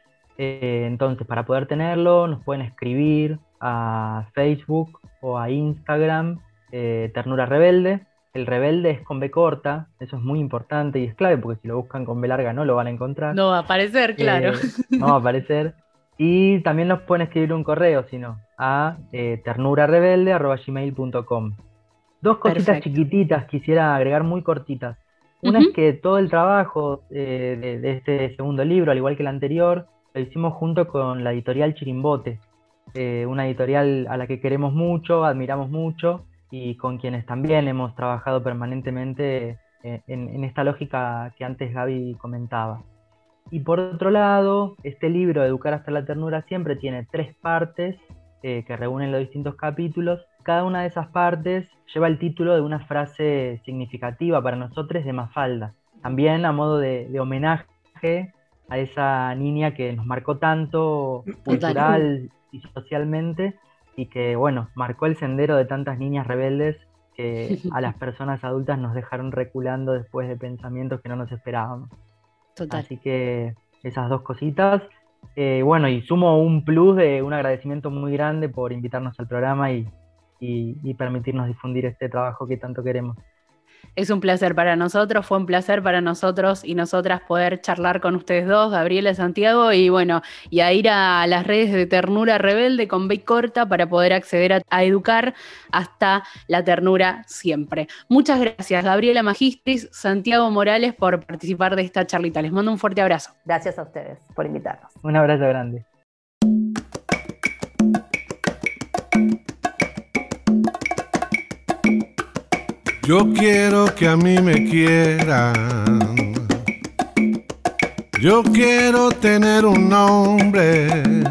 Eh, entonces, para poder tenerlo, nos pueden escribir a Facebook o a Instagram, eh, Ternura Rebelde. El rebelde es con B corta, eso es muy importante y es clave, porque si lo buscan con B larga no lo van a encontrar. No va a aparecer, claro. Eh, no va a aparecer. Y también nos pueden escribir un correo, si no, a eh, ternurarebelde arroba gmail punto com. Dos cositas Perfecto. Chiquititas quisiera agregar, muy cortitas. Una uh-huh. es que todo el trabajo eh, de, de este segundo libro, al igual que el anterior, lo hicimos junto con la editorial Chirimbote, eh, una editorial a la que queremos mucho, admiramos mucho, y con quienes también hemos trabajado permanentemente eh, en, en esta lógica que antes Gaby comentaba. Y por otro lado, este libro, Educar hasta la ternura, siempre tiene tres partes eh, que reúnen los distintos capítulos. Cada una de esas partes lleva el título de una frase significativa para nosotros de Mafalda. También a modo de, de homenaje a esa niña que nos marcó tanto cultural y socialmente, y que, bueno, marcó el sendero de tantas niñas rebeldes que a las personas adultas nos dejaron reculando después de pensamientos que no nos esperábamos. Total. Así que esas dos cositas. Eh, bueno, y sumo un plus de un agradecimiento muy grande por invitarnos al programa y, y, y permitirnos difundir este trabajo que tanto queremos. Es un placer para nosotros, fue un placer para nosotros y nosotras poder charlar con ustedes dos, Gabriela y Santiago, y bueno, y a ir a las redes de Ternura Rebelde con B corta para poder acceder a, a educar hasta la ternura siempre. Muchas gracias, Gabriela Magistris, Santiago Morales, por participar de esta charlita. Les mando un fuerte abrazo. Gracias a ustedes por invitarnos. Un abrazo grande. Yo quiero que a mí me quieran. Yo quiero tener un nombre.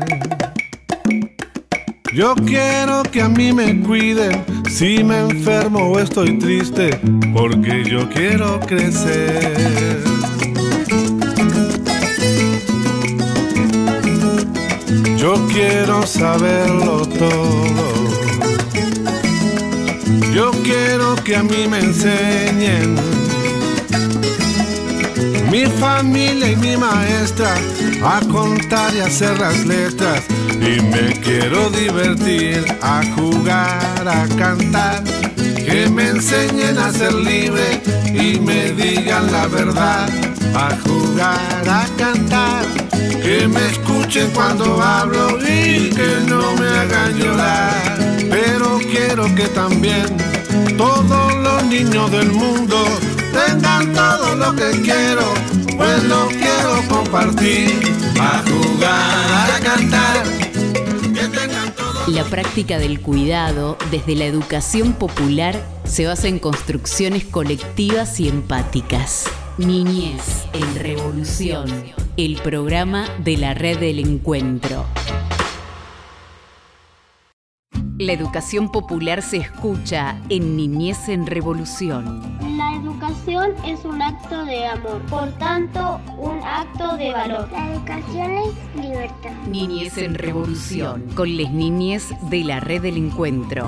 Yo quiero que a mí me cuiden si me enfermo o estoy triste, porque yo quiero crecer. Yo quiero saberlo todo. Yo quiero que a mí me enseñen mi familia y mi maestra a contar y hacer las letras, y me quiero divertir, a jugar, a cantar, que me enseñen a ser libre y me digan la verdad, a jugar, a cantar, que me escuchen cuando hablo y que no me hagan llorar. Pero quiero que también todos los niños del mundo tengan todo lo que quiero, pues lo quiero compartir, a jugar, a cantar, que tengan todo. La práctica del cuidado desde la educación popular se basa en construcciones colectivas y empáticas. Niñez en Revolución, el programa de la Red del Encuentro. La educación popular se escucha en Niñez en Revolución. La educación es un acto de amor, por tanto, un acto de valor. La educación es libertad. Niñez en Revolución, con les niñes de la Red del Encuentro.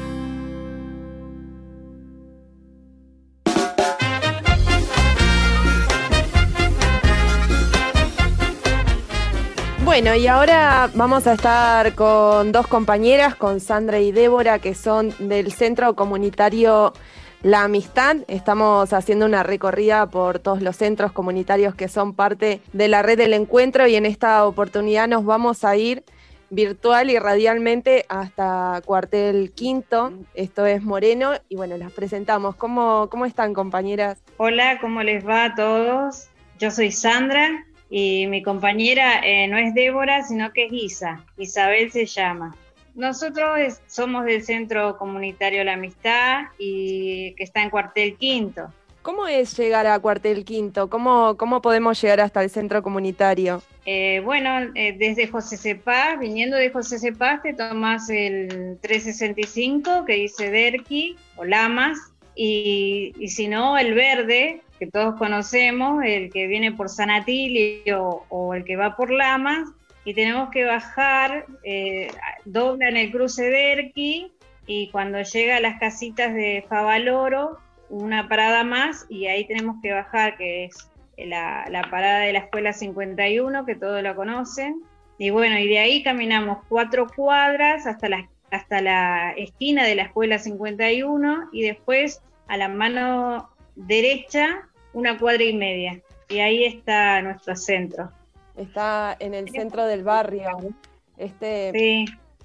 Bueno, y ahora vamos a estar con dos compañeras, con Sandra y Débora, que son del Centro Comunitario La Amistad. Estamos haciendo una recorrida por todos los centros comunitarios que son parte de la Red del Encuentro, y en esta oportunidad nos vamos a ir virtual y radialmente hasta Cuartel Quinto. Esto es Moreno, y bueno, las presentamos. ¿Cómo, cómo están, compañeras? Hola, ¿cómo les va a todos? Yo soy Sandra. Y mi compañera eh, no es Débora, sino que es Isa, Isabel se llama. Nosotros es, somos del Centro Comunitario La Amistad, y que está en Cuartel Quinto. ¿Cómo es llegar a Cuartel Quinto? ¿Cómo, cómo podemos llegar hasta el centro comunitario? Eh, bueno, eh, desde José Cepaz, viniendo de José Cepaz, te tomas el trescientos sesenta y cinco, que dice Derqui o Lamas, y, y si no, el verde, que todos conocemos, el que viene por San Atilio o el que va por Lamas, y tenemos que bajar, eh, dobla en el cruce de Erqui, y cuando llega a las casitas de Favaloro, una parada más, y ahí tenemos que bajar, que es la, la parada de la Escuela cincuenta y uno, que todos la conocen, y bueno, y de ahí caminamos cuatro cuadras hasta la, hasta la esquina de la Escuela cincuenta y uno, y después a la mano derecha una cuadra y media, y ahí está nuestro centro. Está en el centro del barrio. Este, sí.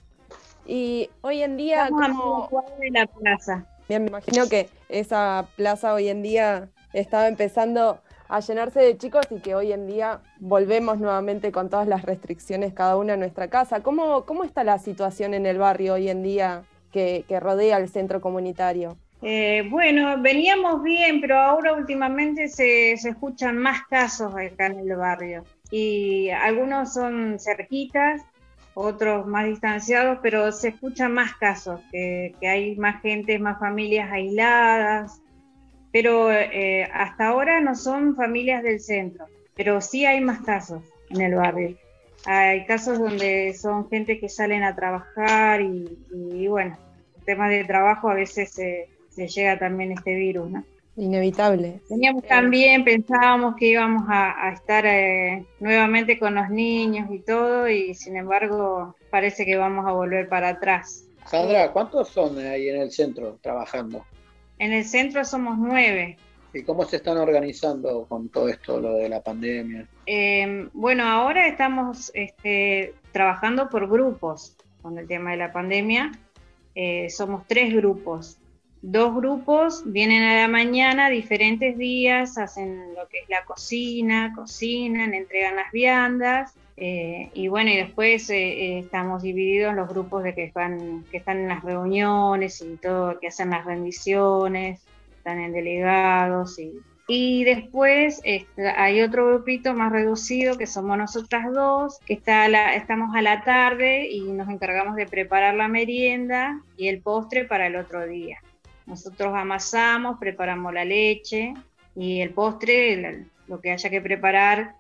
Y hoy en día, ¿cómo? De la plaza. Bien, me imagino que esa plaza hoy en día estaba empezando a llenarse de chicos, y que hoy en día volvemos nuevamente con todas las restricciones cada uno a nuestra casa. ¿Cómo, cómo está la situación en el barrio hoy en día que, que rodea el centro comunitario? Eh, bueno, veníamos bien, pero ahora últimamente se, se escuchan más casos acá en el barrio. Y algunos son cerquitas, otros más distanciados, pero se escuchan más casos, que, que hay más gente, más familias aisladas. Pero eh, hasta ahora no son familias del centro, pero sí hay más casos en el barrio. Hay casos donde son gente que salen a trabajar y, y bueno, temas de trabajo a veces se, se llega también este virus, ¿no? Inevitable. Teníamos también, pensábamos que íbamos a, a estar eh, nuevamente con los niños y todo, y sin embargo parece que vamos a volver para atrás. Sandra, ¿cuántos son ahí en el centro trabajando? En el centro somos nueve. ¿Y cómo se están organizando con todo esto, lo de la pandemia? Eh, bueno, ahora estamos este, trabajando por grupos con el tema de la pandemia. Eh, somos tres grupos. Dos grupos vienen a la mañana, diferentes días, hacen lo que es la cocina, cocinan, entregan las viandas. Eh, y bueno, y después eh, eh, estamos divididos en los grupos de que, van, que están en las reuniones y todo, que hacen las rendiciones, están en delegados. Y, y después este, hay otro grupito más reducido, que somos nosotras dos, que está a la, estamos a la tarde y nos encargamos de preparar la merienda y el postre para el otro día. Nosotros amasamos, preparamos la leche y el postre, la, lo que haya que preparar,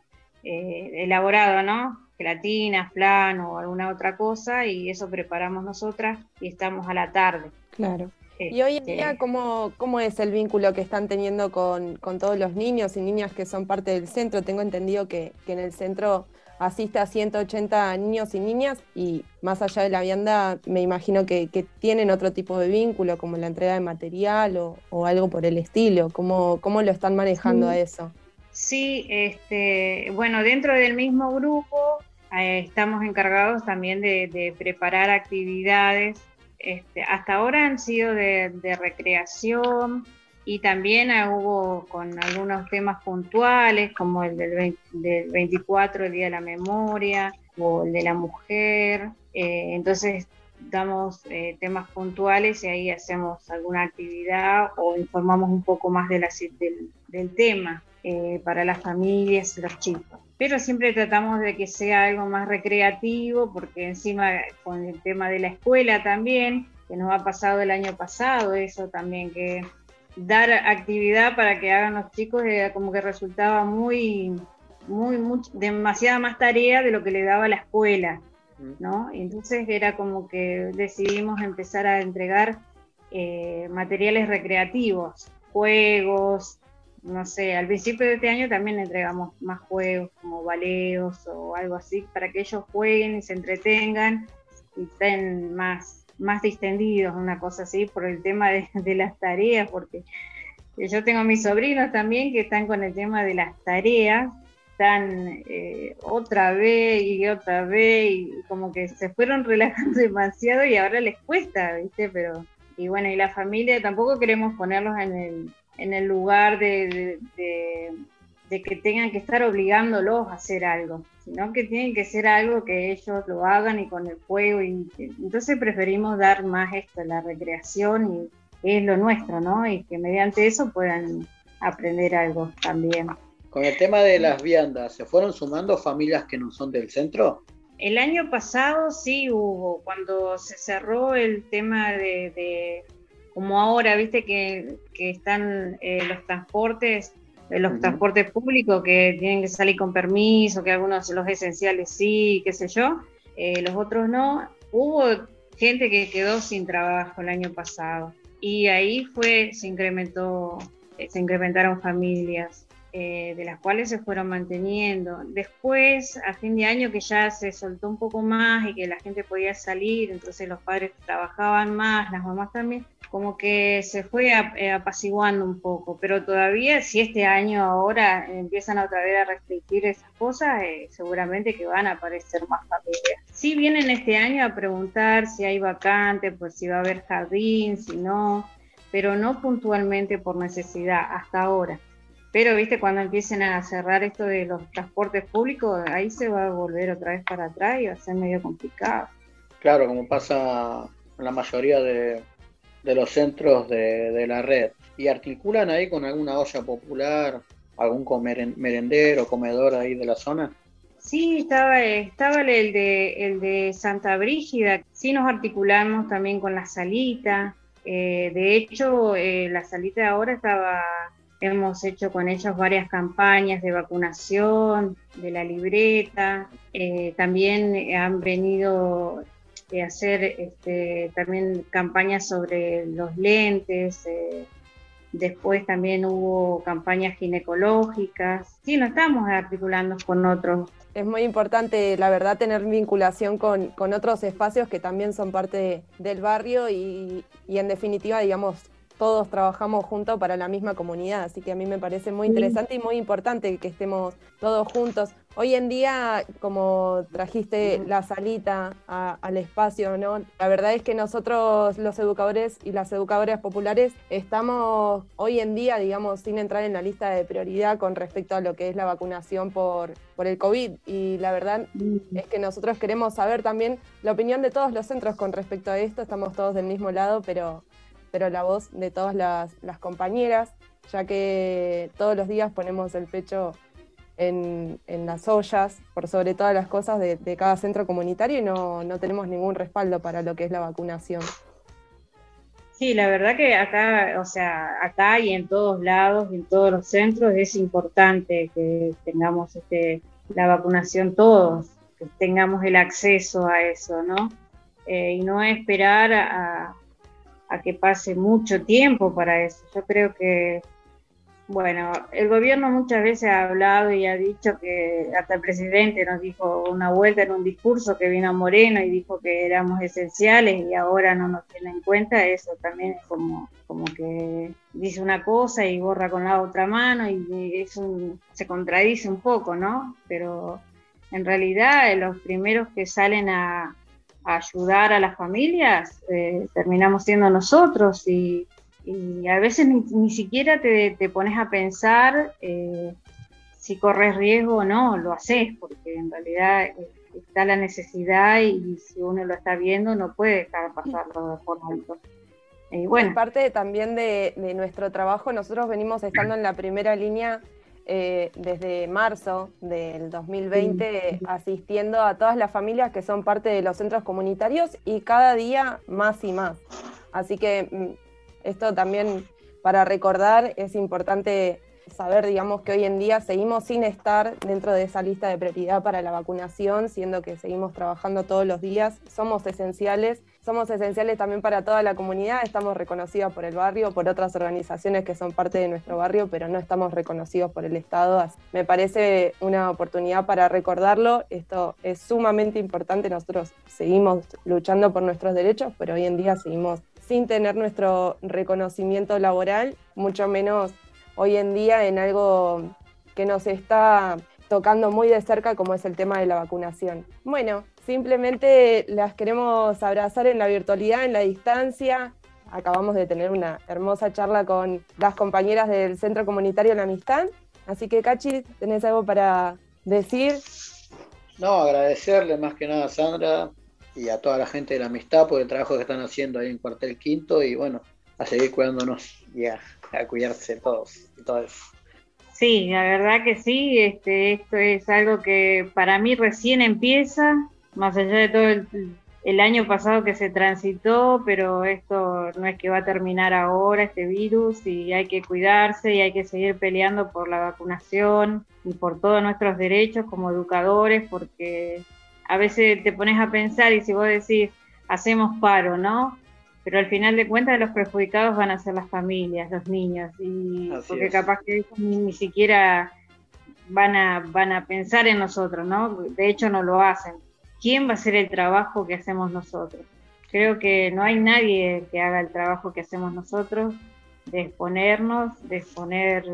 eh, elaborado, ¿no? Gelatina, flan o alguna otra cosa, y eso preparamos nosotras y estamos a la tarde. Claro. Y hoy en día, ¿cómo, cómo es el vínculo que están teniendo con, con todos los niños y niñas que son parte del centro? Tengo entendido que, que en el centro asiste a ciento ochenta niños y niñas, y más allá de la vianda me imagino que, que tienen otro tipo de vínculo, como la entrega de material o, o algo por el estilo. ¿Cómo, cómo lo están manejando Sí. a eso? Sí, este, bueno, dentro del mismo grupo eh, estamos encargados también de, de preparar actividades. Este, hasta ahora han sido de, de recreación, y también hubo con algunos temas puntuales, como el del, veinte, del veinticuatro, el Día de la Memoria, o el de la Mujer. Eh, entonces damos eh, temas puntuales y ahí hacemos alguna actividad o informamos un poco más de la, del, del tema eh, para las familias y los chicos. Pero siempre tratamos de que sea algo más recreativo, porque encima con el tema de la escuela también, que nos ha pasado el año pasado, eso también, que dar actividad para que hagan los chicos era como que resultaba muy, muy, muy, demasiada más tarea de lo que le daba la escuela, ¿no? Entonces era como que decidimos empezar a entregar eh, materiales recreativos, juegos, no sé, al principio de este año también entregamos más juegos como baleos o algo así, para que ellos jueguen y se entretengan y estén más, más distendidos, una cosa así, por el tema de, de las tareas, porque yo tengo mis sobrinos también que están con el tema de las tareas, están eh, otra vez y otra vez, y como que se fueron relajando demasiado y ahora les cuesta, ¿viste? Pero, y bueno, y la familia tampoco queremos ponerlos en el, en el lugar de, de, de, de que tengan que estar obligándolos a hacer algo, sino que tienen que ser algo que ellos lo hagan y con el juego, y entonces preferimos dar más esto, la recreación, y es lo nuestro, ¿no? Y que mediante eso puedan aprender algo también. Con el tema de las viandas, ¿se fueron sumando familias que no son del centro? El año pasado sí hubo, cuando se cerró el tema de, de como ahora, viste que, que están eh, los transportes, eh, los uh-huh. transportes públicos que tienen que salir con permiso, que algunos, los esenciales sí, qué sé yo, eh, los otros no. Hubo gente que quedó sin trabajo el año pasado, y ahí fue, se incrementó, se incrementaron familias. Eh, de las cuales se fueron manteniendo. Después, a fin de año, que ya se soltó un poco más y que la gente podía salir, entonces los padres trabajaban más, las mamás también, como que se fue apaciguando un poco, pero todavía, si este año ahora empiezan otra vez a restringir esas cosas, eh, seguramente que van a aparecer más familias. Sí vienen este año a preguntar si hay vacante, pues si va a haber jardín, si no, pero no puntualmente por necesidad, hasta ahora. Pero, viste, cuando empiecen a cerrar esto de los transportes públicos, ahí se va a volver otra vez para atrás y va a ser medio complicado. Claro, como pasa en la mayoría de, de los centros de, de la red. ¿Y articulan ahí con alguna olla popular, algún comer, merendero, comedor ahí de la zona? Sí, estaba, estaba el de, el de Santa Brígida. Sí nos articulamos también con la salita. Eh, de hecho, eh, la salita ahora estaba, hemos hecho con ellos varias campañas de vacunación, de la libreta. Eh, también han venido a hacer este, también campañas sobre los lentes. Eh, después también hubo campañas ginecológicas. Sí, nos estamos articulando con otros. Es muy importante, la verdad, tener vinculación con, con otros espacios que también son parte de, del barrio y, y en definitiva, digamos, todos trabajamos juntos para la misma comunidad, así que a mí me parece muy interesante y muy importante que estemos todos juntos. Hoy en día, como trajiste la salita a, al espacio, ¿no? La verdad es que nosotros, los educadores y las educadoras populares, estamos hoy en día, digamos, sin entrar en la lista de prioridad con respecto a lo que es la vacunación por, por el COVID. Y la verdad es que nosotros queremos saber también la opinión de todos los centros con respecto a esto. Estamos todos del mismo lado, pero... pero la voz de todas las, las compañeras, ya que todos los días ponemos el pecho en, en las ollas, por sobre todas las cosas de, de cada centro comunitario y no, no tenemos ningún respaldo para lo que es la vacunación. Sí, la verdad que acá, o sea, acá y en todos lados, en todos los centros, es importante que tengamos este, la vacunación todos, que tengamos el acceso a eso, ¿no? Eh, y no esperar a... a que pase mucho tiempo para eso. Yo creo que, bueno, el gobierno muchas veces ha hablado y ha dicho que, hasta el presidente nos dijo una vuelta en un discurso que vino a Moreno y dijo que éramos esenciales y ahora no nos tiene en cuenta. Eso también es como, como que dice una cosa y borra con la otra mano y es un, se contradice un poco, ¿no? Pero en realidad los primeros que salen a a ayudar a las familias, eh, terminamos siendo nosotros y, y a veces ni, ni siquiera te, te pones a pensar eh, si corres riesgo o no, lo haces, porque en realidad eh, está la necesidad y si uno lo está viendo no puede dejar pasarlo por alto. Y bueno. Es parte también de, de nuestro trabajo, nosotros venimos estando en la primera línea Eh, desde marzo del dos mil veinte, sí, asistiendo a todas las familias que son parte de los centros comunitarios y cada día más y más. Así que esto también para recordar es importante saber, digamos, que hoy en día seguimos sin estar dentro de esa lista de prioridad para la vacunación, siendo que seguimos trabajando todos los días, somos esenciales, somos esenciales también para toda la comunidad, estamos reconocidos por el barrio, por otras organizaciones que son parte de nuestro barrio, pero no estamos reconocidos por el Estado. Me parece una oportunidad para recordarlo, esto es sumamente importante, nosotros seguimos luchando por nuestros derechos, pero hoy en día seguimos sin tener nuestro reconocimiento laboral, mucho menos hoy en día en algo que nos está tocando muy de cerca como es el tema de la vacunación. Bueno, simplemente las queremos abrazar en la virtualidad, en la distancia. Acabamos de tener una hermosa charla con las compañeras del Centro Comunitario La Amistad. Así que, Cachi, ¿tenés algo para decir? No, agradecerle más que nada a Sandra y a toda la gente de La Amistad por el trabajo que están haciendo ahí en Cuartel Quinto y bueno, a seguir cuidándonos y a, a cuidarse todos y todas. Sí, la verdad que sí, este, esto es algo que para mí recién empieza, más allá de todo el, el año pasado que se transitó, pero esto no es que va a terminar ahora, este virus, y hay que cuidarse y hay que seguir peleando por la vacunación y por todos nuestros derechos como educadores, porque a veces te pones a pensar y si vos decís, hacemos paro, ¿no? Pero al final de cuentas los perjudicados van a ser las familias, los niños, y Así porque es. capaz que ellos ni, ni siquiera van a, van a pensar en nosotros, ¿no? De hecho no lo hacen. ¿Quién va a hacer el trabajo que hacemos nosotros? Creo que no hay nadie que haga el trabajo que hacemos nosotros, de exponernos, de exponer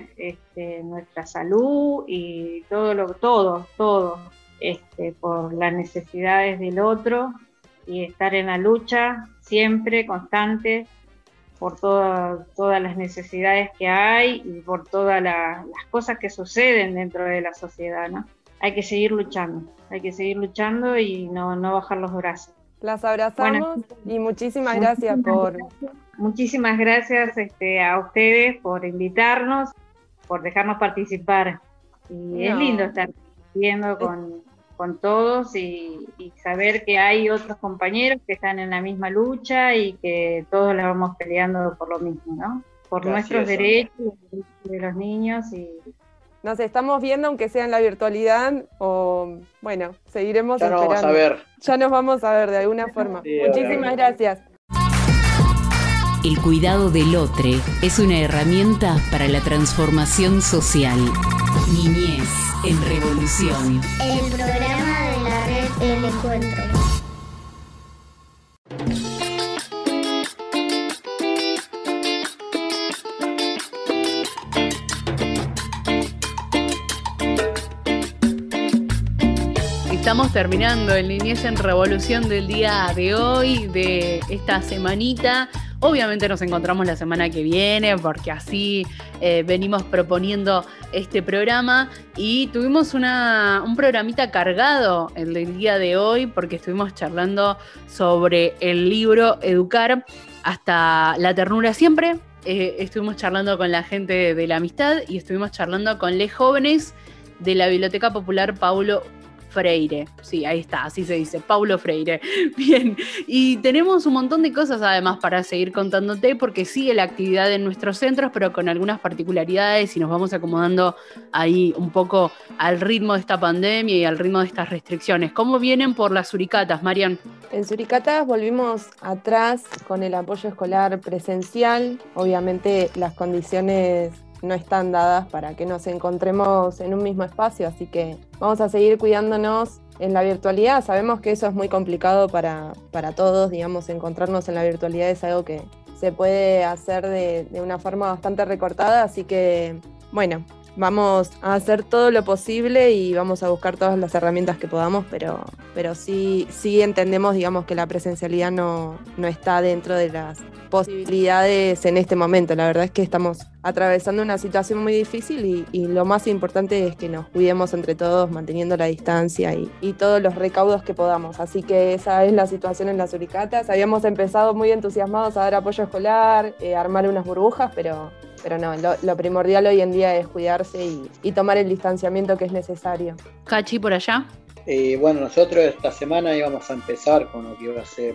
este, nuestra salud y todo, lo, todo, todo, este, por las necesidades del otro y estar en la lucha siempre, constante, por toda, todas las necesidades que hay y por todas la, las cosas que suceden dentro de la sociedad, ¿no? Hay que seguir luchando, hay que seguir luchando y no, no bajar los brazos. Las abrazamos y muchísimas gracias por... Muchísimas gracias este, a ustedes por invitarnos, por dejarnos participar. Y no. Es lindo estar viendo con, con todos y, y saber que hay otros compañeros que están en la misma lucha y que todos la vamos peleando por lo mismo, ¿no? Por gracias, nuestros derechos, los derechos de los niños. Y nos estamos viendo, aunque sea en la virtualidad, o bueno, seguiremos ya esperando. Nos vamos a ver. Ya nos vamos a ver de alguna forma. Sí, muchísimas gracias. El cuidado del otro es una herramienta para la transformación social. Niñez en Revolución. El programa de la red El Encuentro. Estamos terminando el Niñez en Revolución del día de hoy, de esta semanita. Obviamente nos encontramos la semana que viene porque así eh, venimos proponiendo este programa y tuvimos una, un programita cargado el del día de hoy porque estuvimos charlando sobre el libro Educar hasta la ternura siempre. Eh, estuvimos charlando con la gente de la amistad y estuvimos charlando con les jóvenes de la Biblioteca Popular Paulo Freire, sí, ahí está, así se dice, Paulo Freire. Bien, y tenemos un montón de cosas además para seguir contándote porque sigue la actividad en nuestros centros, pero con algunas particularidades y nos vamos acomodando ahí un poco al ritmo de esta pandemia y al ritmo de estas restricciones. ¿Cómo vienen por las Suricatas, Marian? En Suricatas volvimos atrás con el apoyo escolar presencial, obviamente las condiciones no están dadas para que nos encontremos en un mismo espacio, así que vamos a seguir cuidándonos en la virtualidad. Sabemos que eso es muy complicado para, para todos, digamos, encontrarnos en la virtualidad es algo que se puede hacer de, de una forma bastante recortada, así que, bueno, vamos a hacer todo lo posible y vamos a buscar todas las herramientas que podamos, pero, pero sí, sí entendemos, digamos, que la presencialidad no, no está dentro de las posibilidades en este momento. La verdad es que estamos atravesando una situación muy difícil y, y lo más importante es que nos cuidemos entre todos, manteniendo la distancia y, y todos los recaudos que podamos. Así que esa es la situación en las Suricatas. Habíamos empezado muy entusiasmados a dar apoyo escolar, eh, armar unas burbujas, pero... Pero no, lo, lo primordial hoy en día es cuidarse y, y tomar el distanciamiento que es necesario. Cachi, por allá. Eh, bueno, nosotros esta semana íbamos a empezar con lo que iba a ser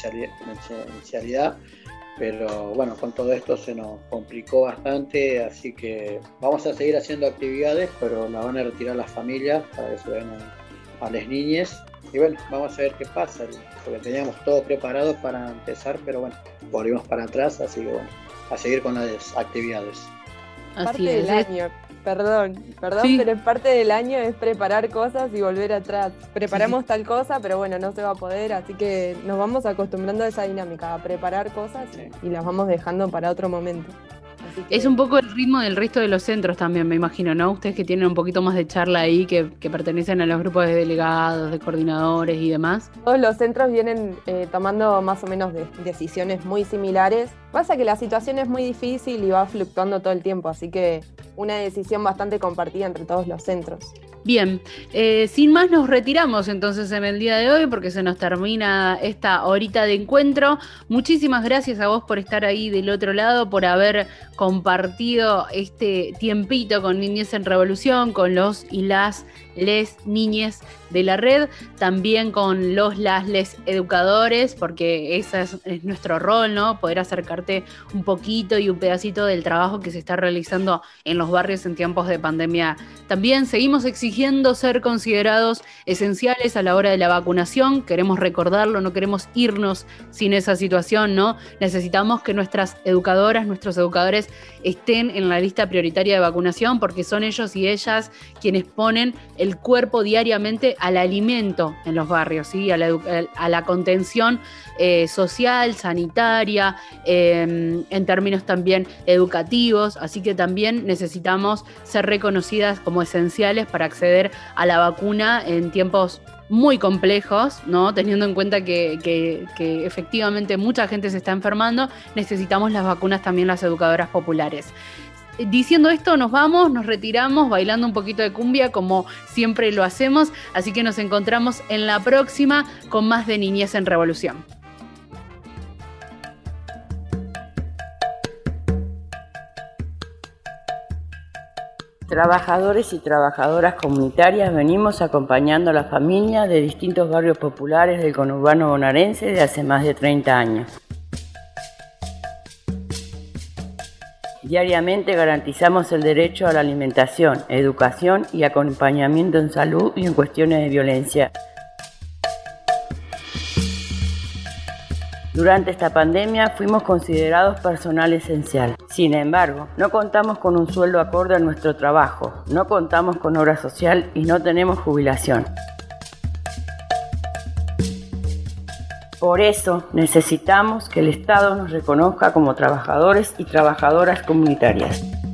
presencialidad, pero bueno, con todo esto se nos complicó bastante, así que vamos a seguir haciendo actividades, pero las van a retirar las familias para que se vengan a las niñas. Y bueno, vamos a ver qué pasa, porque teníamos todo preparado para empezar, pero bueno, volvimos para atrás, así que bueno, a seguir con las actividades. Así parte es. del año, perdón, perdón, sí. Pero parte del año es preparar cosas y volver atrás. Preparamos sí. tal cosa, pero bueno, no se va a poder, así que nos vamos acostumbrando a esa dinámica, a preparar cosas sí. y las vamos dejando para otro momento. Que... Es un poco el ritmo del resto de los centros también, me imagino, ¿no? Ustedes que tienen un poquito más de charla ahí, que, que pertenecen a los grupos de delegados, de coordinadores y demás. Todos los centros vienen eh, tomando más o menos de, decisiones muy similares. Pasa que la situación es muy difícil y va fluctuando todo el tiempo, así que una decisión bastante compartida entre todos los centros. Bien, eh, sin más nos retiramos entonces en el día de hoy porque se nos termina esta horita de encuentro. Muchísimas gracias a vos por estar ahí del otro lado, por haber compartido este tiempito con Niñez en Revolución, con los y las les niñes de la red, también con los las les educadores, porque ese es, es nuestro rol, ¿no? Poder acercarte un poquito y un pedacito del trabajo que se está realizando en los barrios en tiempos de pandemia. También seguimos exigiendo ser considerados esenciales a la hora de la vacunación, queremos recordarlo, no queremos irnos sin esa situación, ¿no? Necesitamos que nuestras educadoras, nuestros educadores estén en la lista prioritaria de vacunación porque son ellos y ellas quienes ponen el cuerpo diariamente al alimento en los barrios, ¿sí? a, la, a la contención eh, social, sanitaria, eh, en términos también educativos, así que también necesitamos ser reconocidas como esenciales para acceder a la vacuna en tiempos muy complejos, ¿no? Teniendo en cuenta que, que, que efectivamente mucha gente se está enfermando, necesitamos las vacunas también las educadoras populares. diciendo esto nos vamos, nos retiramos bailando un poquito de cumbia como siempre lo hacemos, así que nos encontramos en la próxima con más de Niñez en Revolución. Trabajadores y trabajadoras comunitarias venimos acompañando a la familia de distintos barrios populares del conurbano bonaerense de hace más de treinta años. Diariamente garantizamos el derecho a la alimentación, educación y acompañamiento en salud y en cuestiones de violencia. Durante esta pandemia fuimos considerados personal esencial. Sin embargo, no contamos con un sueldo acorde a nuestro trabajo, no contamos con obra social y no tenemos jubilación. Por eso necesitamos que el Estado nos reconozca como trabajadores y trabajadoras comunitarias.